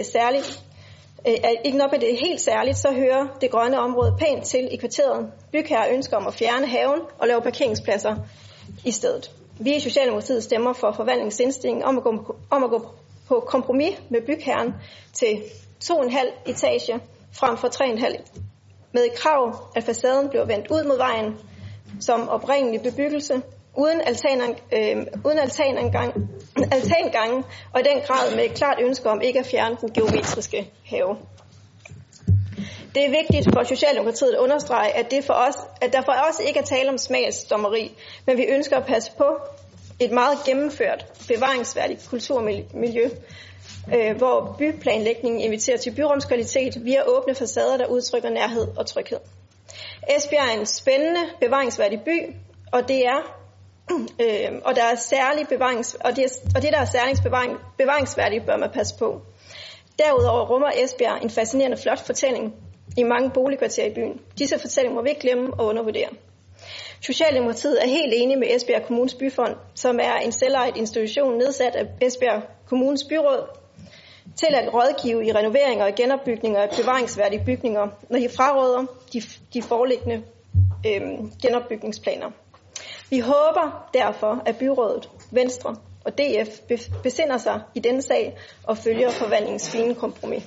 er helt særligt, så hører det grønne område pænt til i kvarteret. Bygherre ønsker om at fjerne haven og lave parkeringspladser i stedet. Vi i Socialdemokratiet stemmer for forvaltningsindstillingen om at gå på kompromis med bygherren til 2,5 etage frem for 3,5 med et krav, at facaden bliver vendt ud mod vejen som oprindelig bebyggelse, uden altangange, og i den grad med et klart ønske om ikke at fjerne den geometriske have. Det er vigtigt for Socialdemokratiet at understrege, at der for os ikke er tale om smagsdommeri, men vi ønsker at passe på et meget gennemført, bevaringsværdigt kulturmiljø, hvor byplanlægningen inviterer til byrumskvalitet via åbne facader, der udtrykker nærhed og tryghed. Esbjerg er en spændende, bevaringsværdig by, og det der er særligt bevaringsværdigt, bør man passe på. Derudover rummer Esbjerg en fascinerende flot fortælling i mange boligkvarterer i byen. Disse fortællinger må vi ikke glemme og undervurdere. Socialdemokratiet er helt enige med Esbjerg Kommunes Byfond, som er en selvejet institution nedsat af Esbjerg Kommunes Byråd, til at rådgive i renoveringer og genopbygninger af bevaringsværdige bygninger, når de fraråder de foreliggende genopbygningsplaner. Vi håber derfor, at byrådet, Venstre og DF besinder sig i denne sag og følger forvaltningens fine kompromis.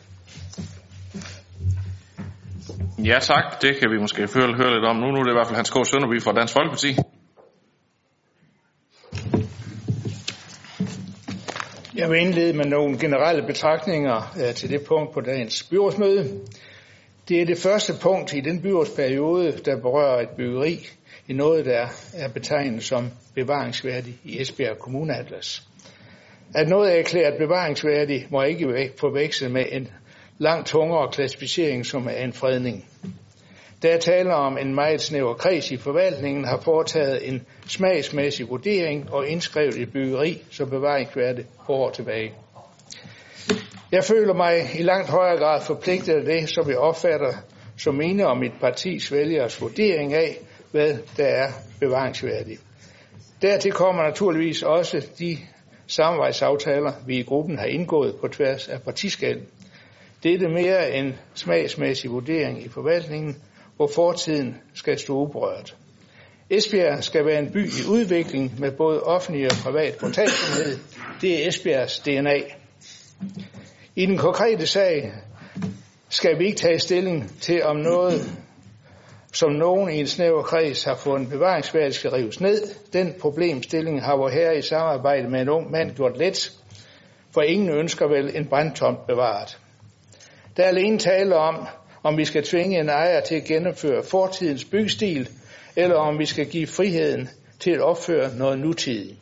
Ja tak, det kan vi måske høre lidt om nu. Nu er det i hvert fald Hans K. Sønderby fra Dansk Folkeparti. Jeg vil indlede med nogle generelle betragtninger til det punkt på dagens byrådsmøde. Det er det første punkt i den byrådsperiode, der berører et byggeri i noget, der er betegnet som bevaringsværdigt i Esbjerg Kommuneatlas. At noget er erklæret bevaringsværdigt, må ikke forveksle med en langt tungere klassificering, som er en fredning. Der taler om en meget snæver kreds i forvaltningen, har foretaget en smagsmæssig vurdering og indskrevet et byggeri som bevaringsværdigt for år tilbage. Jeg føler mig i langt højere grad forpligtet af det, som jeg opfatter som mine og mit partis vælgers vurdering af, hvad der er bevaringsværdigt. Dertil kommer naturligvis også de samarbejdsaftaler, vi i gruppen har indgået på tværs af partiskel. Det er mere en smagsmæssig vurdering i forvaltningen, hvor fortiden skal stå uberørt. Esbjerg skal være en by i udvikling med både offentlig og privat portalsomhed. Det er Esbjergs DNA. I den konkrete sag skal vi ikke tage stilling til, om noget, som nogen i en snæver kreds har fundet bevaringsværdigt, skal rives ned. Den problemstilling har vor herre i samarbejde med en ung mand gjort let, for ingen ønsker vel en brandtomt bevaret. Der er alene tale om vi skal tvinge en ejer til at gennemføre fortidens byggestil, eller om vi skal give friheden til at opføre noget nutidigt.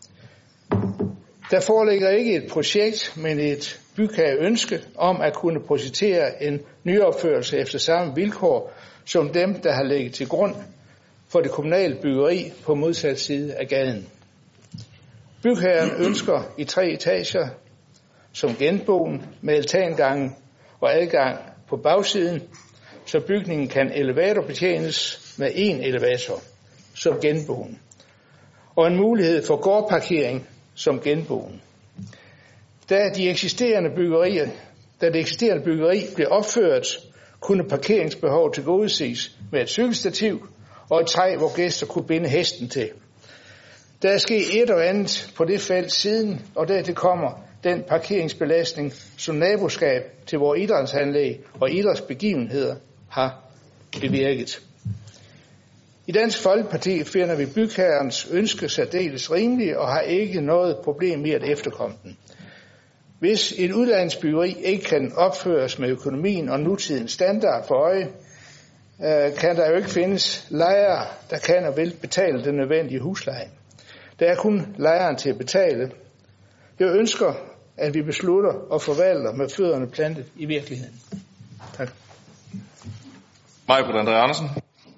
Der foreligger ikke et projekt, men et bygherreønske om at kunne projektere en nyopførelse efter samme vilkår som dem, der har ligget til grund for det kommunale byggeri på modsat side af gaden. Bygherren ønsker i 3 etager som genboen med altangangen og adgang på bagsiden, så bygningen kan elevatorbetjenes med 1 elevator som genboen, og en mulighed for gårdparkering som genboen. Da det eksisterende byggeri blev opført, kunne parkeringsbehov tilgodeses med et cykelstativ og et træ, hvor gæster kunne binde hesten til. Der er sket et og andet på det felt siden, og dertil kommer den parkeringsbelastning, som naboskab til vores idrætsanlæg og idrætsbegivenheder har bevirket. I Dansk Folkeparti finder vi bygherrens ønske særdeles rimelige og har ikke noget problem med at efterkomme den. Hvis et udlejningsbyggeri ikke kan opføres med økonomien og nutidens standard for øje, kan der jo ikke findes lejere, der kan og vil betale den nødvendige husleje. Der er kun lejeren til at betale. Jeg ønsker, at vi beslutter og forvalter med fødderne plantet i virkeligheden. Tak. Maj-Britt André Andersen.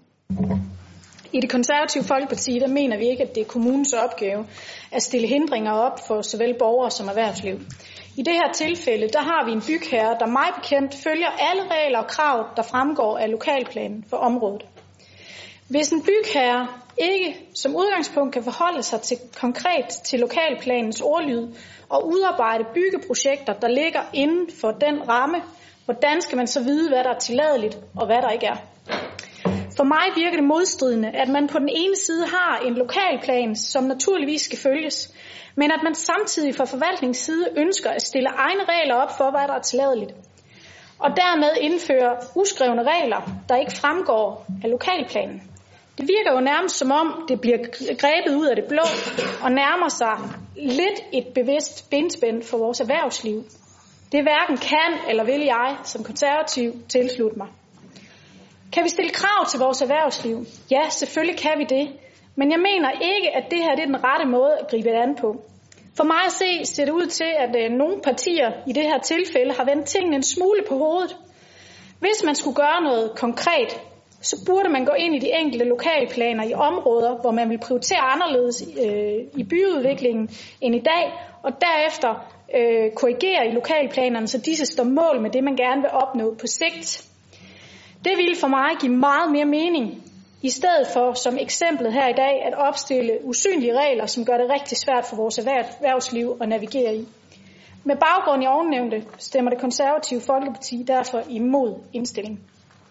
I det konservative Folkeparti, der mener vi ikke, at det er kommunens opgave at stille hindringer op for såvel borgere som erhvervsliv. I det her tilfælde, der har vi en bygherre, der mig bekendt følger alle regler og krav, der fremgår af lokalplanen for området. Hvis en bygherre ikke som udgangspunkt kan forholde sig konkret til lokalplanens ordlyd og udarbejde byggeprojekter, der ligger inden for den ramme, hvordan skal man så vide, hvad der er tilladeligt og hvad der ikke er? For mig virker det modstridende, at man på den ene side har en lokalplan, som naturligvis skal følges, men at man samtidig fra forvaltningens side ønsker at stille egne regler op for, hvad der er tilladeligt. og dermed indføre uskrevne regler, der ikke fremgår af lokalplanen. Det virker jo nærmest som om, det bliver grebet ud af det blå og nærmer sig lidt et bevidst benspænd for vores erhvervsliv. Det hverken kan eller vil jeg som konservativ tilslutte mig. Kan vi stille krav til vores erhvervsliv? Ja, selvfølgelig kan vi det. Men jeg mener ikke, at det her det er den rette måde at gribe det an på. For mig at se, ser det ud til, at nogle partier i det her tilfælde har vendt tingene en smule på hovedet. Hvis man skulle gøre noget konkret, så burde man gå ind i de enkelte lokalplaner i områder, hvor man vil prioritere anderledes i byudviklingen end i dag, og derefter korrigere i lokalplanerne, så disse står mål med det, man gerne vil opnå på sigt. Det ville for mig give meget mere mening, i stedet for, som eksemplet her i dag, at opstille usynlige regler, som gør det rigtig svært for vores erhvervsliv at navigere i. Med baggrund i ovennævnte stemmer det konservative Folkeparti derfor imod indstillingen.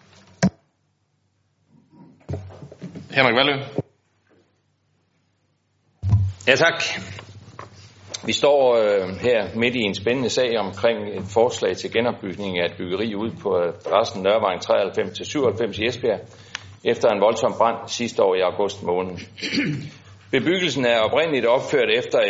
Henrik Valø. Ja, tak. Vi står her midt i en spændende sag omkring et forslag til genopbygning af et byggeri ude på adressen Nørrevang 93-97 i Esbjerg, efter en voldsom brand sidste år i august måned. Bebyggelsen er oprindeligt opført efter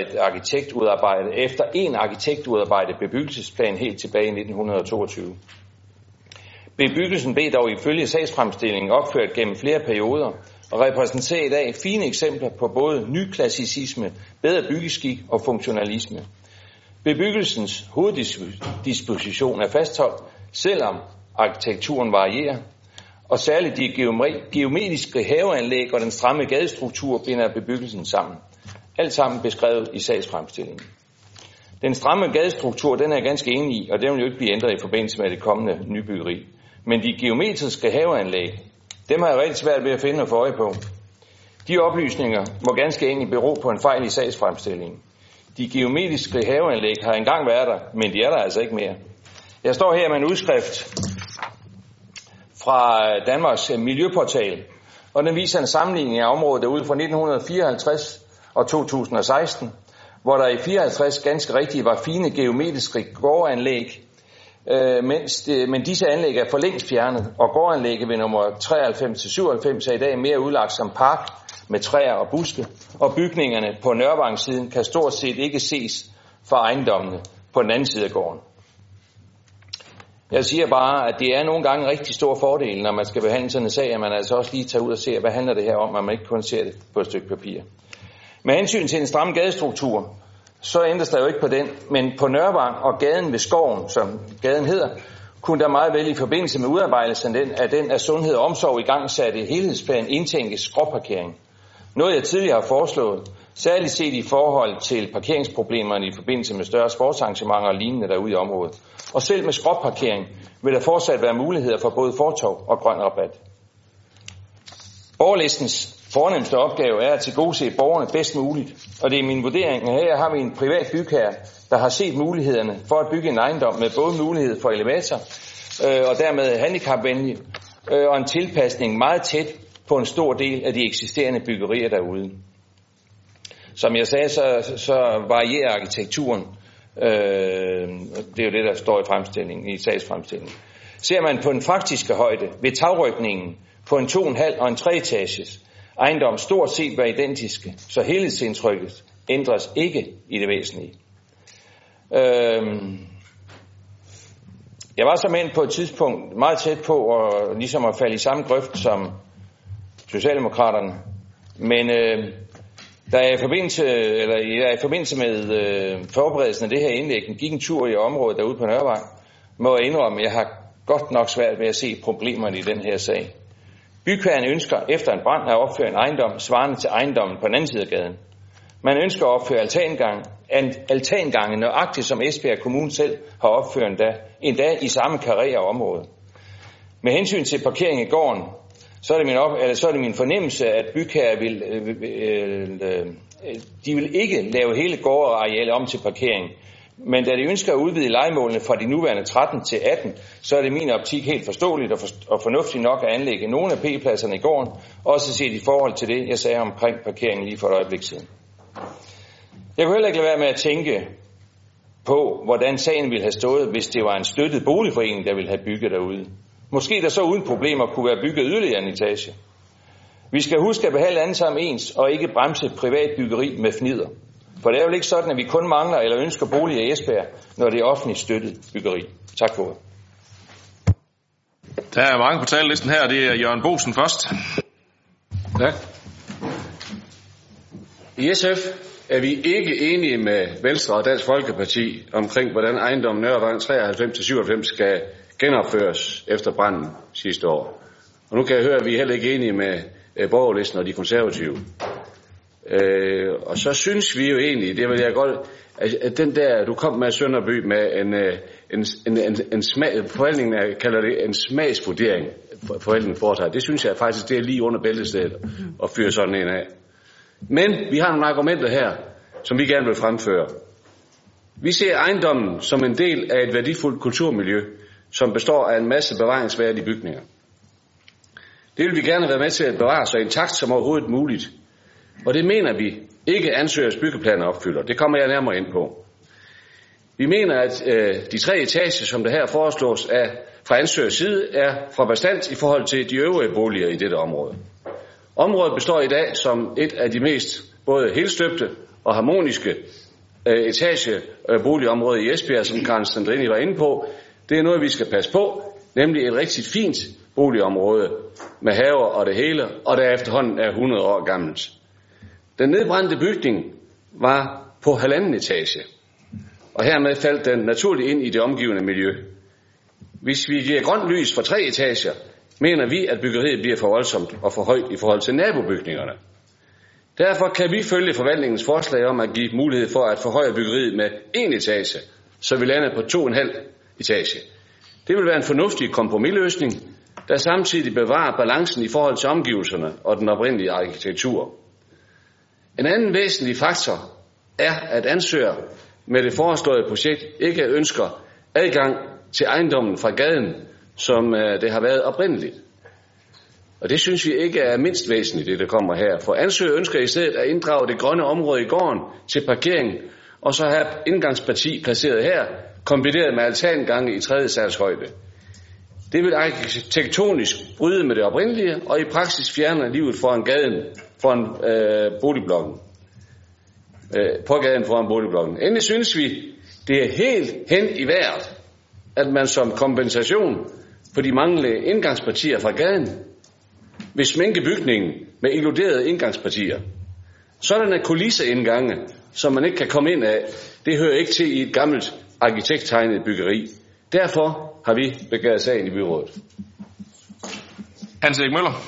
en arkitektudarbejdet bebyggelsesplan helt tilbage i 1922. Bebyggelsen blev dog ifølge sagsfremstillingen opført gennem flere perioder og repræsenterer i dag fine eksempler på både nyklassicisme, bedre byggeskik og funktionalisme. Bebyggelsens hoveddisposition er fastholdt, selvom arkitekturen varierer, og særligt de geometriske haveanlæg og den stramme gadestruktur binder bebyggelsen sammen. Alt sammen beskrevet i sagsfremstillingen. Den stramme gadestruktur, den er jeg ganske enig i, og den vil jo ikke blive ændret i forbindelse med det kommende nybyggeri. Men de geometriske haveanlæg, dem har jeg rigtig svært ved at finde og få øje på. De oplysninger må ganske enkelt bero på en fejl i sagsfremstillingen. De geometriske haveanlæg har engang været der, men de er der altså ikke mere. Jeg står her med en udskrift fra Danmarks Miljøportal, og den viser en sammenligning af området derude fra 1954 og 2016, hvor der i 54 ganske rigtigt var fine geometriske gårdanlæg, men disse anlæg er for længst fjernet, og gårdanlægget ved nummer 93-97 er i dag mere udlagt som park med træer og buske, og bygningerne på Nørrevangssiden kan stort set ikke ses fra ejendommene på den anden side af gården. Jeg siger bare, at det er nogle gange en rigtig stor fordel, når man skal behandle sådan en sag, at man altså også lige tager ud og ser, hvad handler det her om, at man ikke kun ser det på et stykke papir. Med hensyn til en stram gadestruktur, så ændres der jo ikke på den, men på Nørrevang og gaden ved Skoven, som gaden hedder, kunne der meget vel i forbindelse med udarbejdelsen af den af Sundhed og Omsorg igangsatte helhedsplan indtænkes skråparkering. Noget jeg tidligere har foreslået, særligt set i forhold til parkeringsproblemerne i forbindelse med større sportsarrangementer og lignende derude i området. Og selv med skråparkering vil der fortsat være muligheder for både fortov og grøn rabat. Borgerlistens fornemmeste opgave er at tilgodese borgerne bedst muligt, og det er min vurdering, at her har vi en privat bygherre, der har set mulighederne for at bygge en ejendom med både mulighed for elevator og dermed handicapvenlig og en tilpasning meget tæt på en stor del af de eksisterende byggerier derude. Som jeg sagde, så varierer arkitekturen. Det er jo det, der står i fremstillingen, i sagsfremstillingen. Ser man på den faktiske højde ved tagrykningen på en 2,5 og en 3-etages ejendom stort set var identiske, så helhedsindtrykket ændres ikke i det væsentlige. Jeg var såmænd på et tidspunkt meget tæt på ligesom at falde i samme grøft som Socialdemokraterne, men da jeg i forbindelse med forberedelsen af det her indlæg gik en tur i området derude på Nørrevang, må jeg indrømme, at jeg har godt nok svært ved at se problemerne i den her sag. Bygherren ønsker efter en brand at opføre en ejendom svarende til ejendommen på den anden side af gaden. Man ønsker at opføre altangange nøjagtigt som Esbjerg Kommune selv har opført endda i samme karré af området. Med hensyn til parkering i gården, så er det min fornemmelse, at bygherrer vil ikke lave hele gårdarealet om til parkering. Men da de ønsker at udvide lejemålene fra de nuværende 13 til 18, så er det min optik helt forståeligt og fornuftigt nok at anlægge nogle af P-pladserne i gården, også set i forhold til det, jeg sagde omkring parkeringen lige for et øjeblik siden. Jeg kunne heller ikke lade være med at tænke på, hvordan sagen ville have stået, hvis det var en støttet boligforening, der ville have bygget derude. Måske der så uden problemer kunne være bygget yderligere en etage. Vi skal huske at behandle alle sammen ens, og ikke bremse privat byggeri med fnider. For det er jo ikke sådan, at vi kun mangler eller ønsker boliger i Esbjerg, når det er offentligt støttet byggeri. Tak for det. Der er mange på talelisten her. Det er Jørgen Bosen først. Ja. I SF er vi ikke enige med Venstre og Dansk Folkeparti omkring, hvordan ejendommen Nørrevang 93-97 skal genopføres efter branden sidste år. Og nu kan jeg høre, at vi er heller ikke enige med borgerlisten og de konservative. Og så synes vi jo egentlig, det vil jeg godt, at den der, du kom med Sønderby med en forvaltningen kalder det en smagsvurdering, forvaltningen foretager. Det synes jeg faktisk, det er lige under bæltestedet at fyre sådan en af. Men vi har nogle argumenter her, som vi gerne vil fremføre. Vi ser ejendommen som en del af et værdifuldt kulturmiljø, som består af en masse bevaringsværdige bygninger. Det vil vi gerne være med til at bevare så intakt som overhovedet muligt. Og det mener vi ikke ansøgers byggeplaner opfylder. Det kommer jeg nærmere ind på. Vi mener, at de 3 etager, som der her foreslås fra ansøgers side, er fra bestand i forhold til de øvrige boliger i dette område. Området består i dag som et af de mest både helstøbte og harmoniske etageboligområder i Esbjerg, som Karen Sandrini var inde på. Det er noget, vi skal passe på, nemlig et rigtig fint boligområde med haver og det hele, og der efterhånden er 100 år gammelt. Den nedbrændte bygning var på 1,5 etage, og hermed faldt den naturligt ind i det omgivende miljø. Hvis vi giver grønt lys for 3 etager, mener vi, at byggeriet bliver for voldsomt og for højt i forhold til nabobygningerne. Derfor kan vi følge forvaltningens forslag om at give mulighed for at forhøje byggeriet med 1 etage, så vi lander på 2,5 etage. Det vil være en fornuftig kompromisløsning, der samtidig bevarer balancen i forhold til omgivelserne og den oprindelige arkitektur. En anden væsentlig faktor er, at ansøger med det foreslåede projekt ikke ønsker adgang til ejendommen fra gaden, som det har været oprindeligt. Og det synes vi ikke er mindst væsentligt, det der kommer her. For ansøger ønsker i stedet at inddrage det grønne område i gården til parkering, og så have indgangsparti placeret her, kombineret med altangange i 3. salshøjde. Det vil arkitektonisk bryde med det oprindelige, og i praksis fjerne livet foran gaden, foran boligblokken. På gaden foran boligblokken. Endelig synes vi, det er helt hen i vejret, at man som kompensation for de manglende indgangspartier fra gaden vil smænke bygningen med illuderede indgangspartier. Sådanne kulisseindgange, som man ikke kan komme ind af, det hører ikke til i et gammelt arkitekttegnet byggeri. Derfor har vi begæret sagen i byrådet. Hans Erik Møller.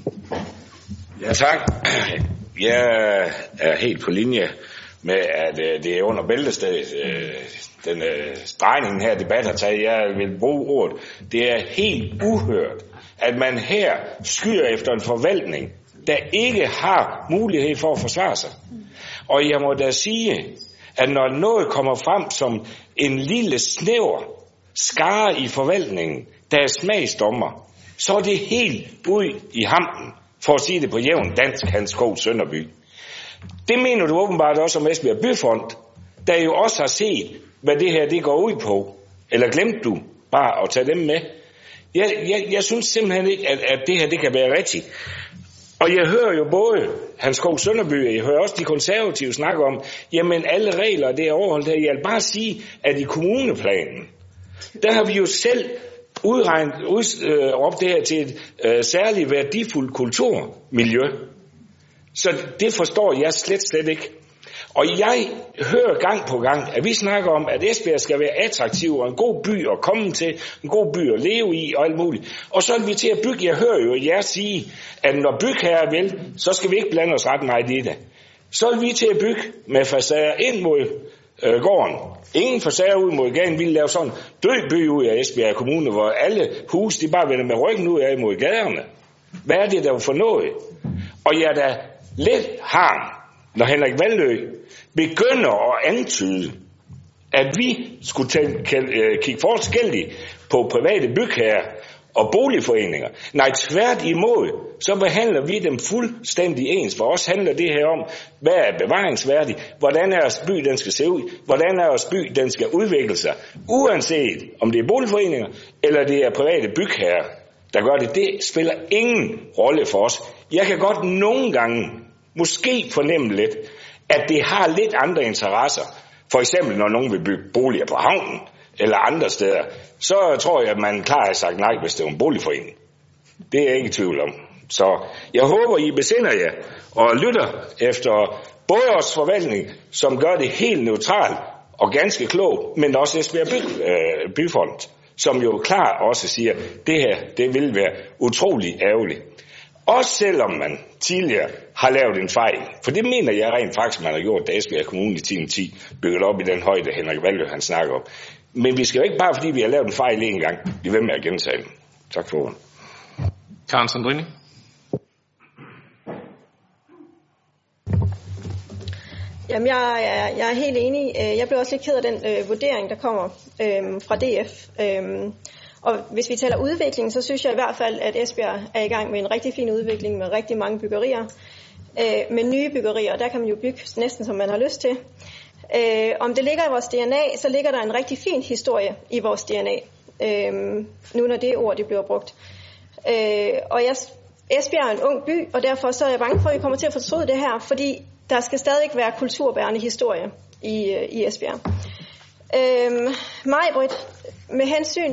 Ja, tak. Jeg er helt på linje med, at det er under bæltestedet. Den drejning her debat har taget, jeg vil bruge ordet. Det er helt uhørt, at man her skyer efter en forvaltning, der ikke har mulighed for at forsvare sig. Og jeg må da sige, at når noget kommer frem som en lille snæver skare i forvaltningen, der er smagsdommer, så er det helt ud i hampen, for at sige det på jævn dansk, Hans Skov Sønderby. Det mener du åbenbart også om Esbjerg Byfond, der jo også har set, hvad det her det går ud på. Eller glemte du bare at tage dem med? Jeg synes simpelthen ikke, at det her det kan være rigtigt. Og jeg hører jo både Hans Skov Sønderby, og jeg hører også de konservative snakke om, jamen alle regler, det er overholdt her. Jeg vil bare sige, at i kommuneplanen, der har vi jo selv udråbt det her til et særligt værdifuldt kulturmiljø. Så det forstår jeg slet ikke. Og jeg hører gang på gang, at vi snakker om, at Esbjerg skal være attraktiv og en god by at komme til, en god by at leve i og alt muligt. Og så er vi til at bygge. Jeg hører jo jer sige, at når bygherrer vil, så skal vi ikke blande os ret meget i det. Så er vi til at bygge med facader ind mod gården. Ingen facader ud mod gaden. Vi lave sådan en død by ud af Esbjerg Kommune, hvor alle huse de bare vender med ryggen ud af mod gaderne. Hvad er det der for noget? Og jeg er da lidt harm, når Henrik Vallø begynder at antyde, at vi skulle kigge forskelligt på private bygherrer og boligforeninger. Nej, tværtimod, så behandler vi dem fuldstændig ens. For os handler det her om, hvad er bevaringsværdigt, hvordan er vores by, den skal se ud, hvordan er vores by, den skal udvikle sig, uanset om det er boligforeninger, eller det er private bygherrer, der gør det. Det spiller ingen rolle for os. Jeg kan godt nogle gange måske fornemme lidt, at det har lidt andre interesser. For eksempel, når nogen vil bygge boliger på havnen, eller andre steder, så tror jeg, at man klart har sagt nej, hvis det er en boligforening. Det er jeg ikke i tvivl om. Så jeg håber, I besinder jer og lytter efter både vores forvaltning, som gør det helt neutralt og ganske klogt, men også Esbjerg Byfond, som jo klart også siger, at det her, det vil være utrolig ærgerligt. Også selvom man tidligere har lavet en fejl. For det mener jeg rent faktisk, man har gjort, da Esbjerg Kommune i 2010 bygget op i den højde, Henrik Valø han snakker om. Men vi skal jo ikke bare, fordi vi har lavet en fejl en gang, blive ved med at gentage den. Tak for ordet. Karen Sandrini. Jamen, jeg er helt enig. Jeg blev også lidt ked af den vurdering, der kommer fra DF. Og hvis vi taler udvikling, så synes jeg i hvert fald, at Esbjerg er i gang med en rigtig fin udvikling med rigtig mange byggerier. Med nye byggerier, der kan man jo bygge næsten, som man har lyst til. Om det ligger i vores DNA, så ligger der en rigtig fin historie i vores DNA. Nu når det ord, det bliver brugt. Og Esbjerg er en ung by, og derfor så er jeg bange for, at vi kommer til at fortryde det her, fordi der skal stadig være kulturbærende historie i Esbjerg. Maj-Britt, med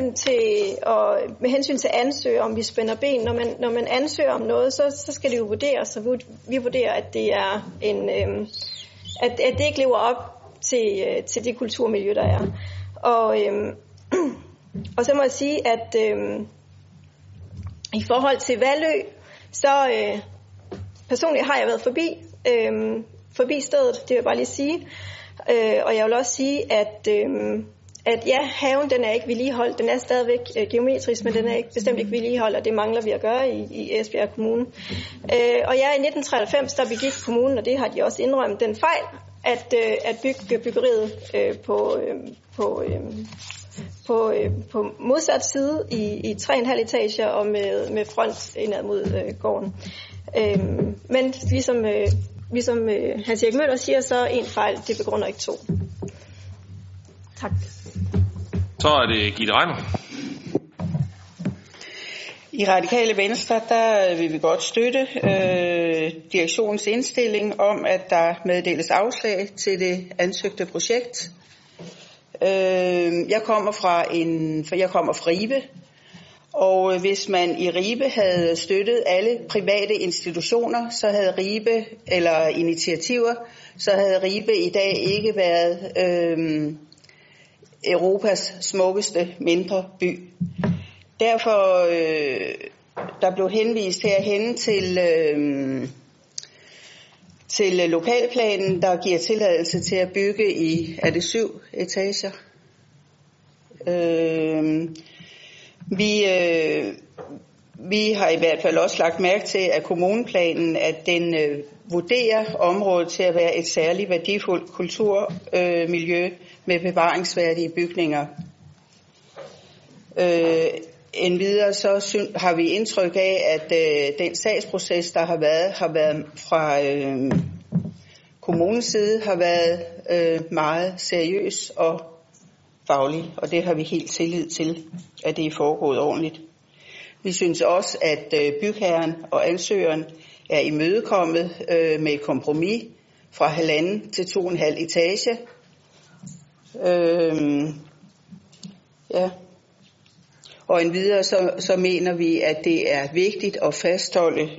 hensyn til ansøger, om vi spænder ben, når man ansøger om noget, så skal det jo vurderes, så vi vurderer, at det er at det ikke lever op til det kulturmiljø, der er. Og så må jeg sige, at i forhold til Valø, så personligt har jeg været forbi stedet, det vil jeg bare lige sige. Og jeg vil også sige, at ja, haven den er ikke vedligeholdt. Den er stadigvæk geometrisk, men den er bestemt ikke vedligeholdt, og det mangler vi at gøre i Esbjerg Kommune. Og ja, i 1993, der begik kommunen, og det har de også indrømt, den fejl, at bygge byggeriet på modsat side i 3,5 etager og med front indad mod gården. Men ligesom Hans Erik Møller siger, så en fejl, det begrunder ikke to. Tak. Så er det Gitte Reimer. I Radikale Venstre, der vil vi godt støtte direktionens indstilling om, at der meddeles afslag til det ansøgte projekt. Jeg kommer fra Ribe, og hvis man i Ribe havde støttet alle private institutioner, så havde Ribe, eller initiativer, så havde Ribe i dag ikke været Europas smukkeste mindre by. Derfor der blev henvist herhen til lokalplanen, der giver tilladelse til at bygge i, er det 7 etager? Vi har i hvert fald også lagt mærke til, at kommuneplanen, at den vurderer området til at være et særligt værdifuldt kulturmiljø med bevaringsværdige bygninger. Endvidere så har vi indtryk af, at den sagsproces, der har været fra kommunens side, har været meget seriøs og faglig, og det har vi helt tillid til, at det er foregået ordentligt. Vi synes også, at bygherren og ansøgeren er imødekommet med et kompromis fra 1,5 til 2,5 etage. Ja. Og endvidere så mener vi, at det er vigtigt at fastholde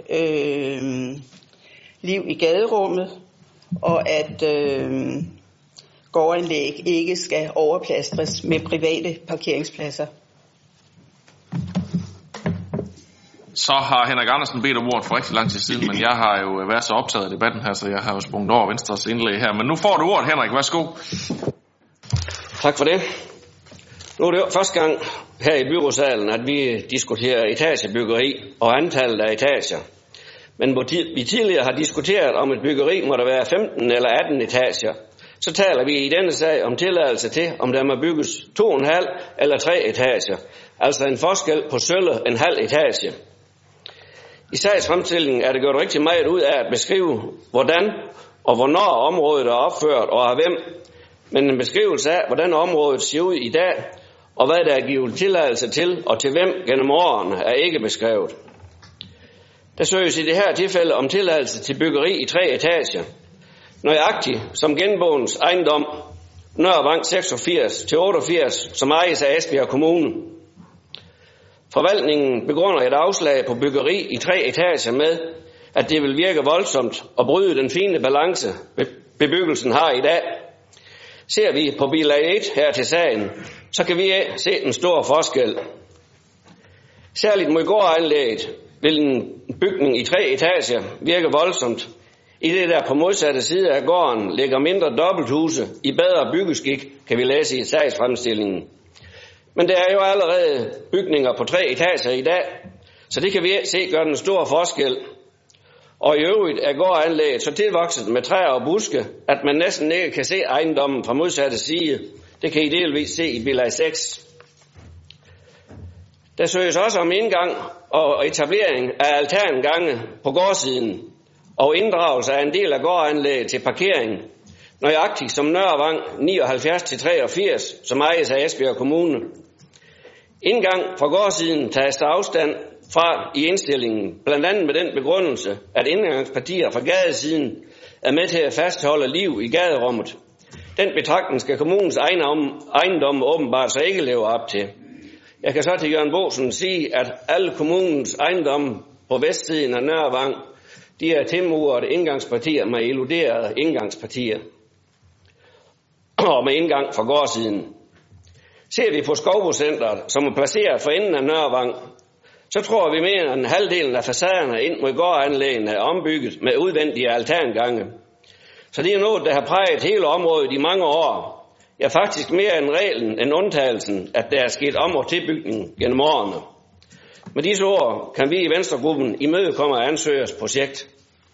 liv i gaderummet, og at gårdanlæg ikke skal overplastres med private parkeringspladser. Så har Henrik Andersen bedt om ordet for rigtig lang tid siden, men jeg har jo været så optaget af debatten her, så jeg har jo sprunget over Venstres indlæg her. Men nu får du ordet, Henrik. Værsgo. Tak for det. Nu er det jo første gang her i byrådssalen, at vi diskuterer etagebyggeri og antallet af etager. Men vi tidligere har diskuteret, om et byggeri må der være 15 eller 18 etager. så taler vi i denne sag om tilladelse til, om der må bygges 2,5 eller 3 etager, altså en forskel på sølle en halv etage. I sagsfremstillingen er det gjort rigtig meget ud af at beskrive, hvordan og hvornår området er opført og af hvem, men en beskrivelse af, hvordan området ser ud i dag, og hvad der er givet tilladelse til og til hvem gennem årene, er ikke beskrevet. Der søges i det her tilfælde om tilladelse til byggeri i 3 etager, nøjagtigt som genboens ejendom Nørrevang 86-88, som ejes af Esbjerg Kommune. Forvaltningen begrunder et afslag på byggeri i 3 etager med, at det vil virke voldsomt og bryde den fine balance, bebyggelsen har i dag. Ser vi på bilag 1 her til sagen, så kan vi se en stor forskel. Særligt mod gårdanlægget vil en bygning i 3 etager virke voldsomt, i det der på modsatte side af gården ligger mindre dobbelthuse i bedre byggeskik, kan vi læse i sagsfremstillingen. Men der er jo allerede bygninger på 3 etager i dag, så det kan vi se gør en stor forskel. Og i øvrigt er gårdanlægget så tilvokset med træer og buske, at man næsten ikke kan se ejendommen fra modsatte side. Det kan I delvis se i bilag 6. Der søges også om indgang og etablering af altangange på gårdsiden og inddragelse af en del af gårdanlægget til parkering, nøjagtigt som Nørrevang 79-83, som ejes af Esbjerg Kommune. Indgang fra gårdsiden tages der afstand fra i indstillingen, blandt andet med den begrundelse, at indgangspartier fra gadesiden er med til at fastholde liv i gaderummet. Den betragtning skal kommunens ejendomme åbenbart så ikke leve op til. Jeg kan så til Jørgen Bosen sige, at alle kommunens ejendomme på vestsiden af Nørrevang, de er tilmurede indgangspartier med eluderede indgangspartier og med indgang fra gårdsiden. Ser vi på Skovbocentret, som er placeret for enden af Nørrevang, så tror vi mere end halvdelen af facaderne ind mod gårdanlæggene er ombygget med udvendige altangange. Så det er noget, der har præget hele området i mange år. Ja, faktisk mere end reglen end undtagelsen, at der er sket om- og tilbygning gennem årene. Med disse ord kan vi i Venstregruppen imødekomme ansøgers projekt.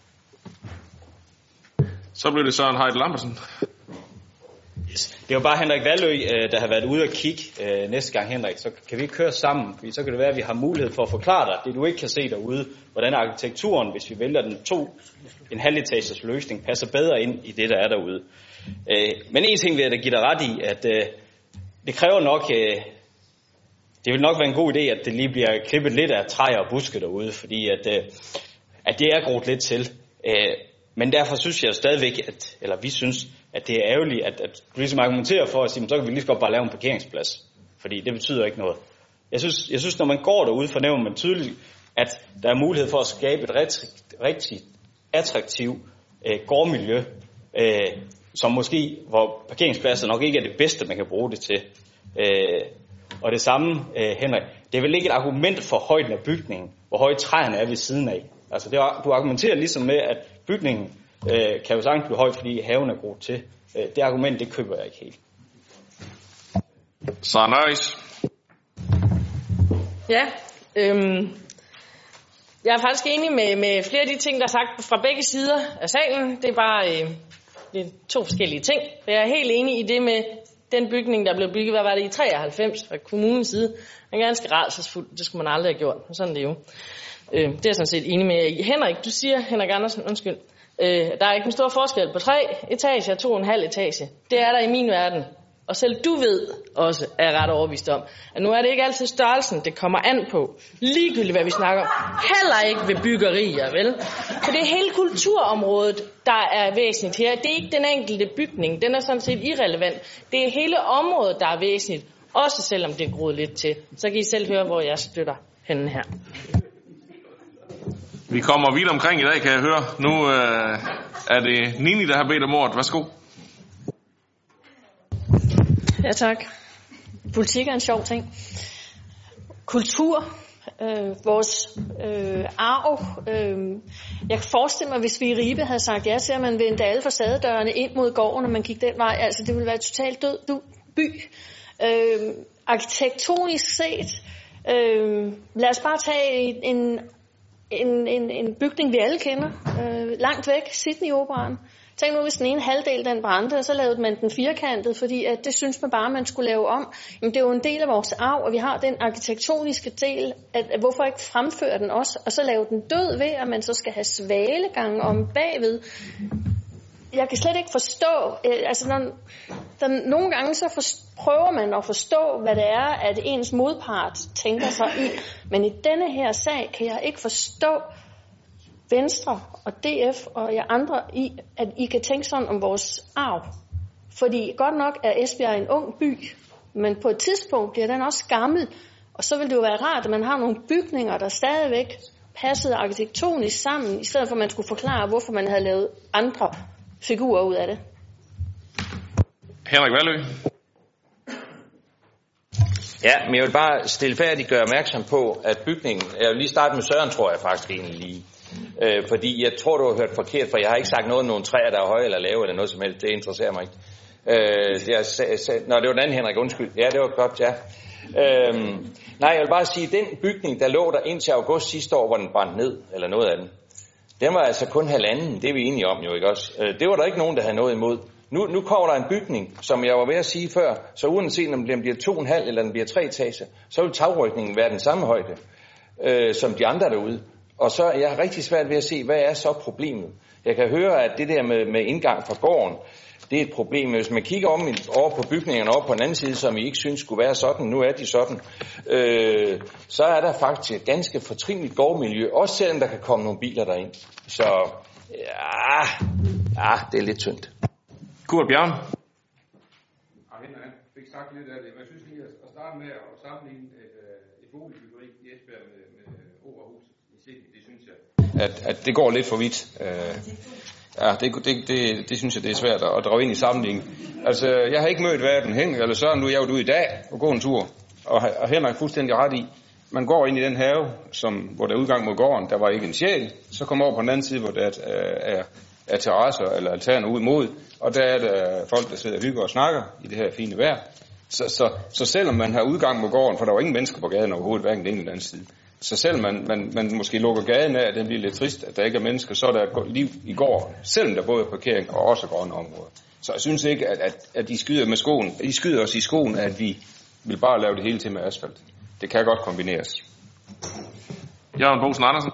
Så bliver det Søren Heide Lambertsen. Det var bare Henrik Valø, der har været ude og kigge næste gang, Henrik. Så kan vi køre sammen, fordi så kan det være, at vi har mulighed for at forklare dig det, du ikke kan se derude, hvordan arkitekturen, hvis vi vælger den 2,5 etagers løsning, passer bedre ind i det, der er derude. Men en ting vil jeg da give dig ret i, at det kræver nok, det vil nok være en god idé, at det lige bliver klippet lidt af træer og buske derude, fordi at det er groet lidt til. Men derfor synes jeg stadigvæk, vi synes, at det er ærgerligt, at du ligesom argumenterer for at sige, så kan vi lige så godt bare lave en parkeringsplads. Fordi det betyder ikke noget. Jeg synes når man går derude, fornemmer man tydeligt, at der er mulighed for at skabe et rigtig attraktivt gårdmiljø, som måske, hvor parkeringspladser nok ikke er det bedste, man kan bruge det til. Og det samme, Henrik, det er vel ikke et argument for højden af bygningen, hvor høje træerne er ved siden af. Altså, du argumenterer ligesom med, at bygningen kan jo sagtens blive høj, fordi haven er god til. Det argument, det køber jeg ikke helt. Så nice. Ja, jeg er faktisk enig med flere af de ting, der er sagt fra begge sider af salen. Det er bare det er 2 forskellige ting. Jeg er helt enig i det med den bygning, der blev bygget, hvad var det, i 93 fra kommunens side. Den er ganske rædselsfuld. Det skulle man aldrig have gjort. Sådan er det jo. Det er jeg sådan set enig med. Henrik, du siger, Henrik Andersen, undskyld, der er ikke en stor forskel på 3 etager og 2,5 etage. Det er der i min verden. Og selv du ved også, er ret overbevist om, at nu er det ikke altid størrelsen, det kommer an på. Ligegyldigt, hvad vi snakker om. Heller ikke ved byggerier, vel? For det er hele kulturområdet, der er væsentligt her. Det er ikke den enkelte bygning. Den er sådan set irrelevant. Det er hele området, der er væsentligt. Også selvom det er groet lidt til. Så kan I selv høre, hvor jeg støtter henne her. Vi kommer vidt omkring i dag, kan jeg høre. Nu er det Nini, der har bedt om ordet. Værsgo. Ja, tak. Politik er en sjov ting. Kultur, vores arv. Jeg kan forestille mig, hvis vi i Ribe havde sagt ja til, at man vendte alle facadedørene ind mod gården, når man gik den vej. Altså, det ville være et totalt død by. Arkitektonisk set. Lad os bare tage en bygning, vi alle kender. Langt væk, Sydney Operaen. Tænk nu, hvis den ene halvdel den brændte, og så lavede man den firkantet, fordi at det synes man bare, man skulle lave om. Men det er jo en del af vores arv, og vi har den arkitektoniske del, at hvorfor ikke fremføre den også, og så lave den død ved, at man så skal have svalegang om bagved. Jeg kan slet ikke forstå, nogle gange så prøver man at forstå, hvad det er, at ens modpart tænker sig i. Men i denne her sag kan jeg ikke forstå Venstre og DF og jer andre i, at I kan tænke sådan om vores arv. Fordi godt nok er Esbjerg en ung by, men på et tidspunkt bliver den også gammel. Og så vil det jo være rart, at man har nogle bygninger, der stadigvæk passede arkitektonisk sammen, i stedet for at man skulle forklare, hvorfor man havde lavet andre figurer ud af det. Henrik Valø. Ja, men jeg vil bare stilfærdigt gøre opmærksom på, at bygningen, jeg vil lige starte med Søren, tror jeg faktisk egentlig lige. Fordi jeg tror, du har hørt forkert, for jeg har ikke sagt noget om nogle træer, der er høje eller lave, eller noget som helst. Det interesserer mig ikke. Det var den anden, Henrik, undskyld. Ja, det var godt, ja. Nej, jeg vil bare sige, at den bygning, der lå der indtil august sidste år, hvor den brændte ned, eller noget af den, den var altså kun halvanden, det er vi enige om jo, ikke også? Det var der ikke nogen, der havde noget imod. Nu kommer der en bygning, som jeg var ved at sige før, så uanset om den bliver 2,5 eller den bliver 3 etager, så vil tagrykningen være den samme højde, som de andre derude. Og så er jeg rigtig svært ved at se, hvad er så problemet? Jeg kan høre, at det der med indgang fra gården, det er et problem. Hvis man kigger over på bygningerne over på den anden side, som I ikke synes skulle være sådan, nu er de sådan, så er der faktisk et ganske fortrinligt gårdmiljø, også selvom der kan komme nogle biler derind. Så ja, det er lidt tyndt. Kurt Bjørn. Jeg fik sagt lidt af det, men jeg synes lige at starte med at sammenligne et boligbyggeri i Esbjerg med Oberhus i Silkeborg. Det synes jeg, at det går lidt for vidt. Det synes jeg, det er svært at drage ind i sammenligning. Altså, jeg har ikke mødt hverken Henrik eller Søren, nu er jeg jo ude i dag og gå en tur. Og Henrik er fuldstændig ret i. Man går ind i den have, hvor der er udgang mod gården, der var ikke en sjæl. Så kommer over på den anden side, hvor der er terrasser eller altaner ud mod. Og der er der folk, der sidder og hygger og snakker i det her fine vejr. Så selvom man har udgang mod gården, for der var ingen mennesker på gaden overhovedet, hverken den ene eller anden side. Så selvom man måske lukker gaden af, at den bliver lidt trist, at der ikke er mennesker, så er der liv i gården, selvom der både er parkering og også grønne områder. Så jeg synes ikke, at de skyder med skoen. De skyder os i skoen, at vi vil bare lave det hele til med asfalt. Det kan godt kombineres. Jørgen Bosen Andersen.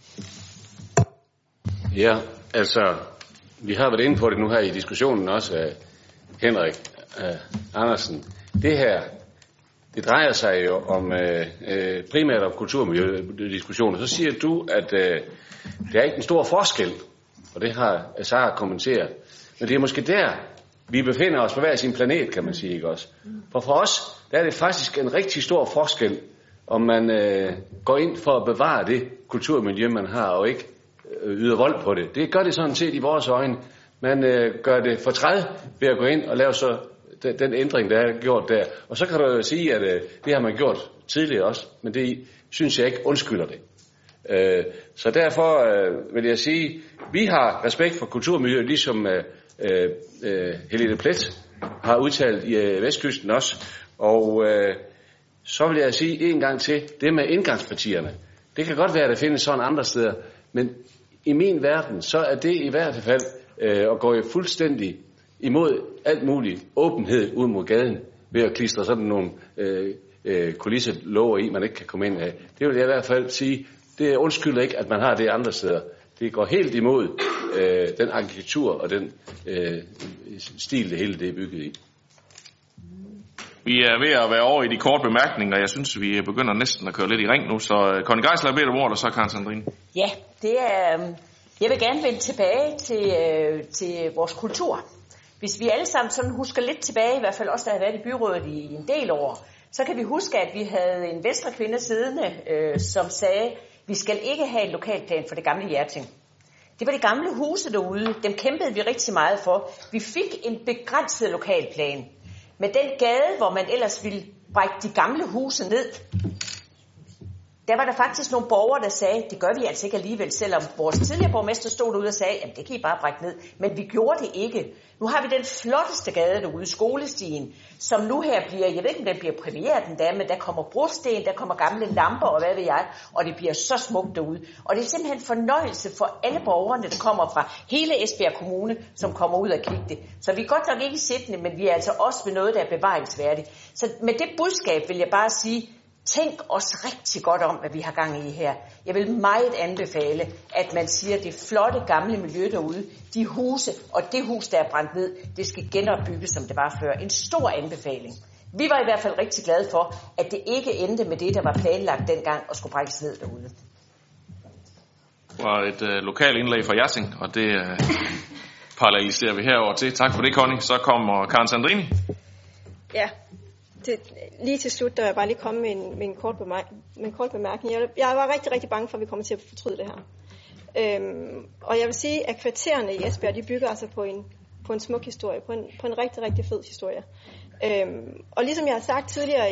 Ja, altså, vi har været inde på det nu her i diskussionen også af Henrik Andersen. Det her, det drejer sig jo om primært om kulturmiljødiskussioner. Så siger du, at der er ikke en stor forskel, og det har Sara kommenteret. Men det er måske der, vi befinder os på hver sin planet, kan man sige, ikke også? For os, der er det faktisk en rigtig stor forskel, om man går ind for at bevare det kulturmiljø, man har, og ikke yder vold på det. Det gør det sådan set i vores øjne. Man gør det fortræd ved at gå ind og lave så den ændring, der er gjort der. Og så kan du jo sige, at det har man gjort tidligere også, men det synes jeg ikke undskylder det. Så derfor vil jeg sige, vi har respekt for kulturmiljøet, ligesom Helene Plet har udtalt i Vestkysten også. Og så vil jeg sige en gang til, det med indgangspartierne. Det kan godt være, at der findes sådan andre steder, men i min verden, så er det i hvert fald at gå fuldstændig imod alt muligt åbenhed ud mod gaden, ved at klistre sådan nogle kulisselåger i, man ikke kan komme ind af. Det vil jeg i hvert fald sige, det undskylder ikke, at man har det andre steder. Det går helt imod den arkitektur og den stil, det hele det er bygget i. Vi er ved at være over i de korte bemærkninger, jeg synes, vi begynder næsten at køre lidt i ring nu, så Conny Geisler beder du ordet, og så Karen Sandrine. Ja, det er... Jeg vil gerne vende tilbage til vores kultur. Hvis vi alle sammen sådan husker lidt tilbage, i hvert fald også der har været i byrådet i en del år, så kan vi huske, at vi havde en venstrekvinde siddende, som sagde, vi skal ikke have en lokalplan for det gamle Hjerting. Det var de gamle huse derude, dem kæmpede vi rigtig meget for. Vi fik en begrænset lokalplan. Med den gade, hvor man ellers ville brække de gamle huse ned, der var der faktisk nogle borgere, der sagde, det gør vi altså ikke alligevel, selvom vores tidligere borgmester stod derude og sagde, jamen det kan I bare brække ned. Men vi gjorde det ikke. Nu har vi den flotteste gade derude, Skolestien, som nu her bliver, jeg ved ikke om den bliver premieret den dag, men der kommer brosten, der kommer gamle lamper og hvad ved jeg, og det bliver så smukt derude. Og det er simpelthen fornøjelse for alle borgerne, der kommer fra hele Esbjerg Kommune, som kommer ud og kigge det. Så vi er godt nok ikke siddende, men vi er altså også ved noget, der er bevaringsværdigt. Så med det budskab vil jeg bare sige, tænk os rigtig godt om, hvad vi har gang i her. Jeg vil meget anbefale, at man siger, at det flotte gamle miljø derude, de huse og det hus, der er brændt ned, det skal genopbygges, som det var før. En stor anbefaling. Vi var i hvert fald rigtig glade for, at det ikke endte med det, der var planlagt dengang og skulle brækkes ned derude. Det var et lokalt indlæg fra Jersing, og det paralleliserer vi herover til. Tak for det, Connie. Så kommer Karen Sandrini. Ja. Lige til slut, der vil jeg bare lige komme med en kort bemærkning. Jeg var rigtig, rigtig bange for, at vi kommer til at fortryde det her. Og jeg vil sige, at kvartererne i Esbjerg, de bygger altså på en smuk historie, på en rigtig, rigtig fed historie. Og ligesom jeg har sagt tidligere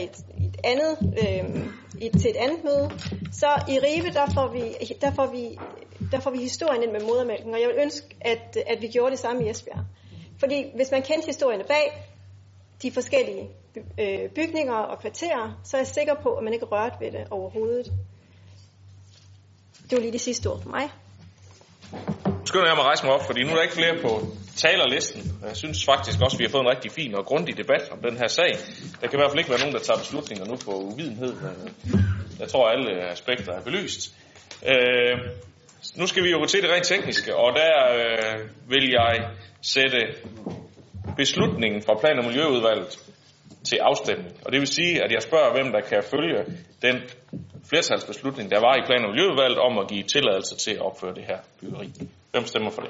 til et andet møde, så i Ribe, der får vi historien ind med modermælken, og jeg vil ønske, at vi gjorde det samme i Esbjerg. Fordi hvis man kendte historierne bag de forskellige bygninger og kvarterer, så er jeg sikker på, at man ikke rørte ved det overhovedet. Det var lige det sidste ord for mig. Nu skynder jeg mig at rejse mig op, fordi nu er der ikke flere på talerlisten. Jeg synes faktisk også, at vi har fået en rigtig fin og grundig debat om den her sag. Der kan i hvert fald ikke være nogen, der tager beslutninger nu på uvidenhed. Jeg tror, at alle aspekter er belyst. Nu skal vi jo gå til det rent tekniske, og der vil jeg sætte beslutningen fra Plan- og Miljøudvalget til afstemning. Og det vil sige, at jeg spørger, hvem der kan følge den flertalsbeslutning, der var i Plan- og Miljøudvalget om at give tilladelse til at opføre det her byggeri. Hvem stemmer for det?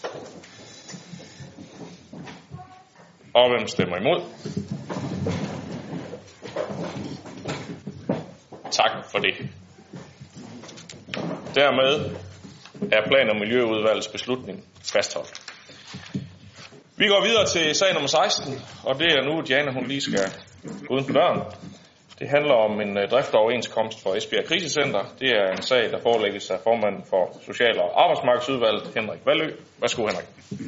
Og hvem stemmer imod? Tak for det. Dermed er Plan- og Miljøudvalgets beslutning fastholdt. Vi går videre til sag nummer 16, og det er nu, Diana, hun lige skal uden for døren. Det handler om en driftoverenskomst for Esbjerg Krisecenter. Det er en sag, der forelægges af formanden for Social- og Arbejdsmarkedsudvalget, Henrik Vallø. Værsgo, Henrik.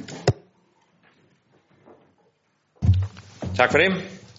Tak for det.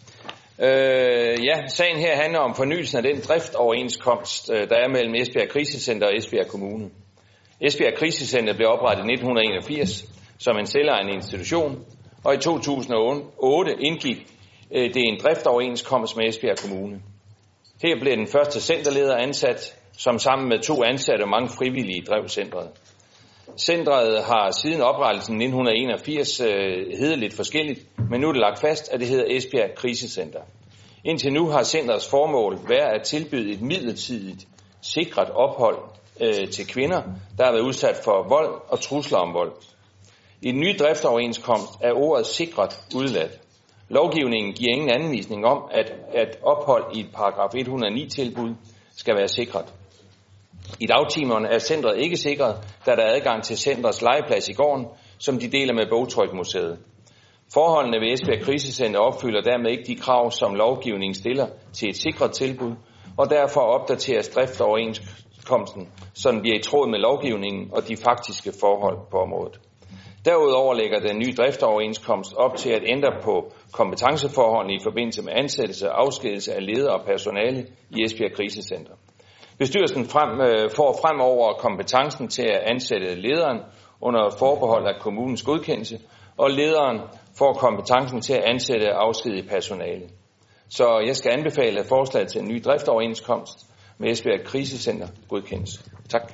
Sagen her handler om fornyelsen af den driftoverenskomst, der er mellem Esbjerg Krisecenter og Esbjerg Kommune. Esbjerg Krisecenter blev oprettet i 1981 som en selvejende institution, og i 2008 indgik det en driftoverenskomst med Esbjerg Kommune. Her blev den første centerleder ansat, som sammen med 2 ansatte og mange frivillige drev centret. Centret har siden oprettelsen i 1981 heddet lidt forskelligt, men nu er det lagt fast, at det hedder Esbjerg Krisecenter. Indtil nu har centrets formål været at tilbyde et midlertidigt sikret ophold til kvinder, der har været udsat for vold og trusler om vold. I den nye driftoverenskomst er ordet sikret udladt. Lovgivningen giver ingen anvisning om, at ophold i et paragraf 109-tilbud skal være sikret. I dagtimerne er centret ikke sikret, da der er adgang til centrets legeplads i gården, som de deler med Bogtrykmuseet. Forholdene ved Esbjerg Krisecenter opfylder dermed ikke de krav, som lovgivningen stiller til et sikret tilbud, og derfor opdateres driftoverenskomsten, så den bliver i tråd med lovgivningen og de faktiske forhold på området. Derudover lægger den nye driftoverenskomst op til at ændre på kompetenceforholdene i forbindelse med ansættelse og afskedelse af ledere og personale i Esbjerg Krisecenter. Bestyrelsen får fremover kompetencen til at ansætte lederen under forbehold af kommunens godkendelse, og lederen får kompetencen til at ansætte og afskedige personale. Så jeg skal anbefale, at forslaget til en ny driftoverenskomst med Esbjerg Krisecenter godkendes. Tak.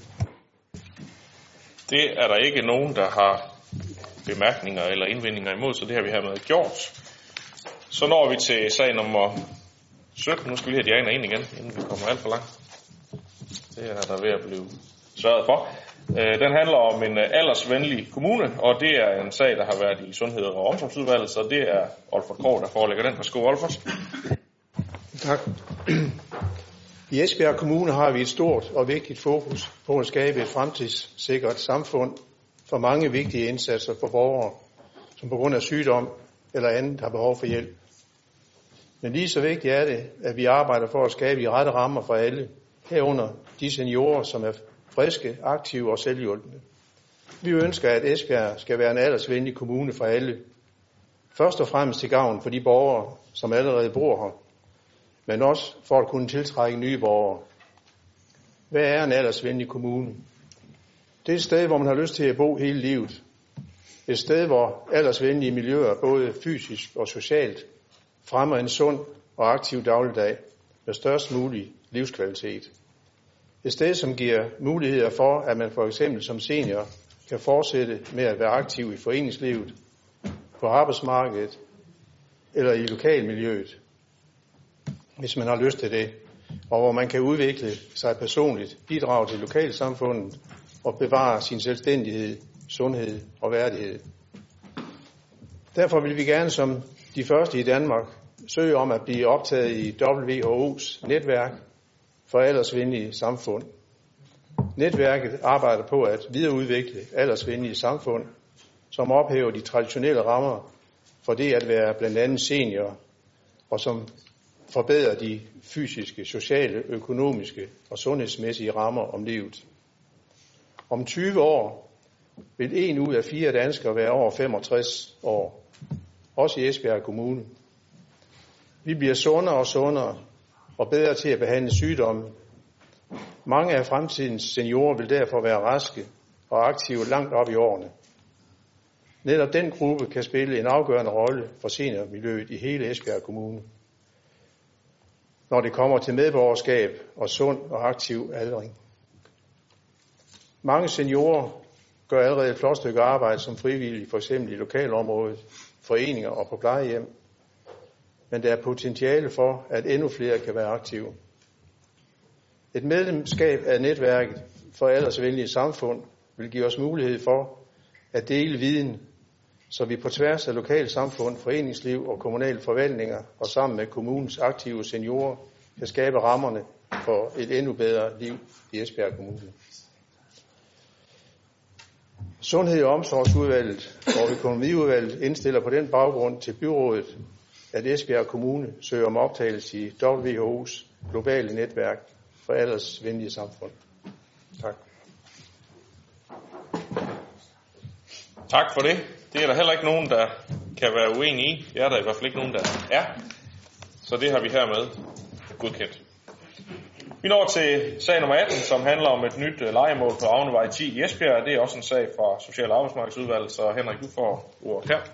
Det er der ikke nogen, der har bemærkninger eller indvendinger imod, så det har vi hermed gjort. Så når vi til sag nummer 17. Nu skal vi have Diana ind igen, inden vi kommer alt for langt. Det er der ved at blive sørget for. Den handler om en aldersvenlig kommune, og det er en sag, der har været i Sundhed- og Omsorgsudvalget, så det er Olfert Krog, der forelægger den. Værsgo, Olfert. Tak. I Esbjerg Kommune har vi et stort og vigtigt fokus på at skabe et fremtidssikret samfund for mange vigtige indsatser for borgere, som på grund af sygdom eller andet har behov for hjælp. Men lige så vigtigt er det, at vi arbejder for at skabe de rette rammer for alle, herunder de seniorer, som er friske, aktive og selvhjulpne. Vi ønsker, at Esbjerg skal være en aldersvenlig kommune for alle. Først og fremmest til gavn for de borgere, som allerede bor her, men også for at kunne tiltrække nye borgere. Hvad er en aldersvenlig kommune? Det er et sted, hvor man har lyst til at bo hele livet. Et sted, hvor aldersvenlige miljøer, både fysisk og socialt, fremmer en sund og aktiv dagligdag med størst mulig livskvalitet. Et sted, som giver muligheder for, at man for eksempel som senior kan fortsætte med at være aktiv i foreningslivet, på arbejdsmarkedet eller i lokalmiljøet, hvis man har lyst til det, og hvor man kan udvikle sig personligt, bidrage til lokalsamfundet og bevare sin selvstændighed, sundhed og værdighed. Derfor vil vi gerne som de første i Danmark søge om at blive optaget i WHO's netværk for aldersvenlige samfund. Netværket arbejder på at videreudvikle aldersvenlige samfund, som ophæver de traditionelle rammer for det at være blandt andet senior, og som forbedrer de fysiske, sociale, økonomiske og sundhedsmæssige rammer om livet. Om 20 år vil 1 ud af 4 danskere være over 65 år, også i Esbjerg Kommune. Vi bliver sundere og sundere og bedre til at behandle sygdomme. Mange af fremtidens seniorer vil derfor være raske og aktive langt op i årene. Netop den gruppe kan spille en afgørende rolle for seniormiljøet i hele Esbjerg Kommune, når det kommer til medborgerskab og sund og aktiv aldring. Mange seniorer gør allerede et flot stykke arbejde som frivillige, f.eks. i lokalområdet, foreninger og på plejehjem, men der er potentiale for, at endnu flere kan være aktive. Et medlemskab af netværket for aldersvenlige samfund vil give os mulighed for at dele viden, så vi på tværs af lokalsamfund, foreningsliv og kommunale forvaltninger og sammen med kommunens aktive seniorer kan skabe rammerne for et endnu bedre liv i Esbjerg Kommune. Sundhed- og omsorgsudvalget og økonomiudvalget indstiller på den baggrund til byrådet, at Esbjerg Kommune søger om optagelse i WHO's globale netværk for aldersvenlige samfund. Tak. Tak for det. Det er der heller ikke nogen, der kan være uenige i. Det er der i hvert fald ikke nogen, der er. Så det har vi hermed godkendt. Vi når til sag nummer 18, som handler om et nyt lejemål på Ravnevej 10 i Esbjerg. Det er også en sag fra Social- og Arbejdsmarkedsudvalget, så Henrik, du får ordet her.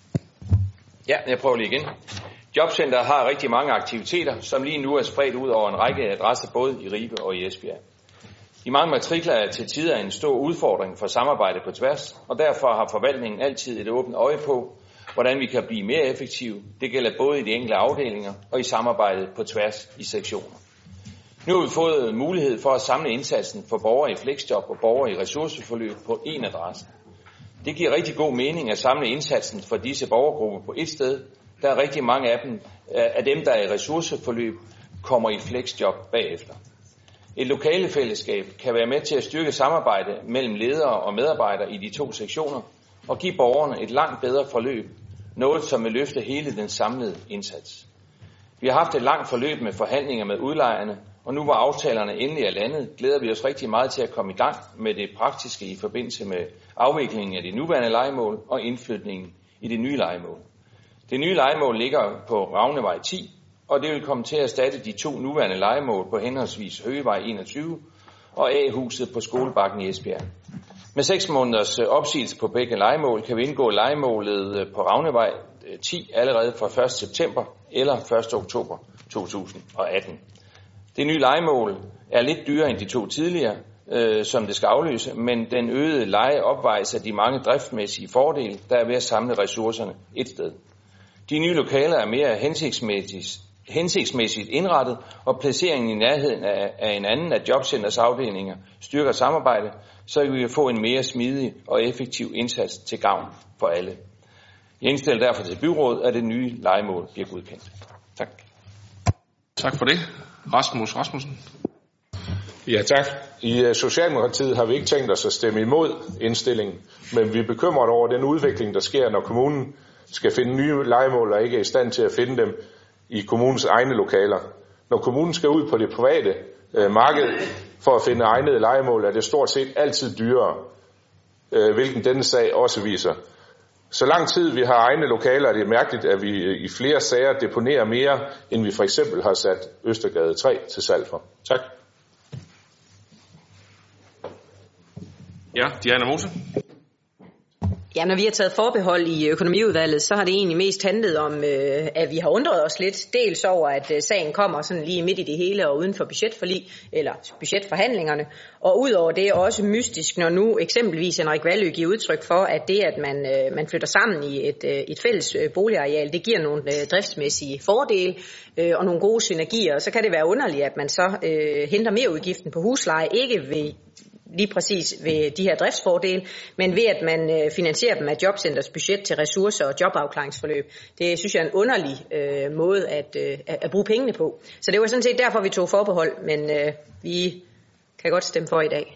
Ja, jeg prøver lige igen. Jobcenter har rigtig mange aktiviteter, som lige nu er spredt ud over en række adresser, både i Ribe og i Esbjerg. De mange matrikler er til tider en stor udfordring for samarbejde på tværs, og derfor har forvaltningen altid et åbent øje på, hvordan vi kan blive mere effektive. Det gælder både i de enkelte afdelinger og i samarbejdet på tværs i sektioner. Nu har vi fået mulighed for at samle indsatsen for borgere i flexjob og borgere i ressourceforløb på én adresse. Det giver rigtig god mening at samle indsatsen for disse borgergrupper på ét sted. Der er rigtig mange af dem, der er i ressourceforløb, kommer i flexjob bagefter. Et lokalefællesskab kan være med til at styrke samarbejdet mellem ledere og medarbejdere i de to sektioner og give borgerne et langt bedre forløb, noget som vil løfte hele den samlede indsats. Vi har haft et langt forløb med forhandlinger med udlejerne, og nu hvor aftalerne endelig er landet, glæder vi os rigtig meget til at komme i gang med det praktiske i forbindelse med afviklingen af det nuværende lejemål og indflytningen i det nye lejemål. Det nye lejemål ligger på Ravnevej 10, og det vil komme til at erstatte de to nuværende lejemål på henholdsvis Høgevej 21 og A-huset på Skolebakken i Esbjerg. Med 6 måneders opsigelse på begge lejemål kan vi indgå lejemålet på Ravnevej 10 allerede fra 1. september eller 1. oktober 2018. Det nye lejemål er lidt dyrere end de to tidligere, som det skal afløse, men den øgede leje opvejes af de mange driftsmæssige fordele, der er ved at samle ressourcerne et sted. De nye lokaler er mere hensigtsmæssigt indrettet, og placeringen i nærheden af en anden af jobcenters afdelinger styrker samarbejdet, så vi kan få en mere smidig og effektiv indsats til gavn for alle. Jeg indstiller derfor til byrådet, at det nye lejemål bliver godkendt. Tak. Tak for det. Rasmus Rasmussen. Ja, tak. I Socialdemokratiet har vi ikke tænkt os at stemme imod indstillingen, men vi er bekymret over den udvikling, der sker, når kommunen skal finde nye lejemål og ikke er i stand til at finde dem i kommunens egne lokaler. Når kommunen skal ud på det private marked for at finde egnede lejemål, er det stort set altid dyrere, hvilken denne sag også viser. Så lang tid vi har egne lokaler, er det mærkeligt, at vi i flere sager deponerer mere, end vi for eksempel har sat Østergade 3 til salg for. Tak. Ja, Diana Mose. Ja, når vi har taget forbehold i økonomiudvalget, så har det egentlig mest handlet om, at vi har undret os lidt. Dels over, at sagen kommer sådan lige midt i det hele og uden for budgetforlig, eller budgetforhandlingerne. Og udover det er også mystisk, når nu eksempelvis Henrik Vallø giver udtryk for, at det, at man flytter sammen i et fælles boligareal, det giver nogle driftsmæssige fordele og nogle gode synergier. Og så kan det være underligt, at man så henter mere udgiften på husleje, ikke ved lige præcis ved de her driftsfordele, men ved at man finansierer dem af jobcenters budget til ressourcer og jobafklaringsforløb. Det synes jeg er en underlig måde at bruge pengene på. Så det var sådan set derfor, vi tog forbehold, men vi kan godt stemme for i dag.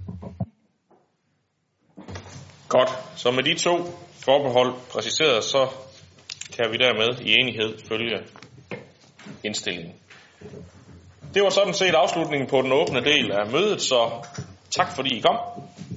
Godt, så med de 2 forbehold præciseret, så kan vi dermed i enighed følge indstillingen. Det var sådan set afslutningen på den åbne del af mødet, så tak fordi I kom.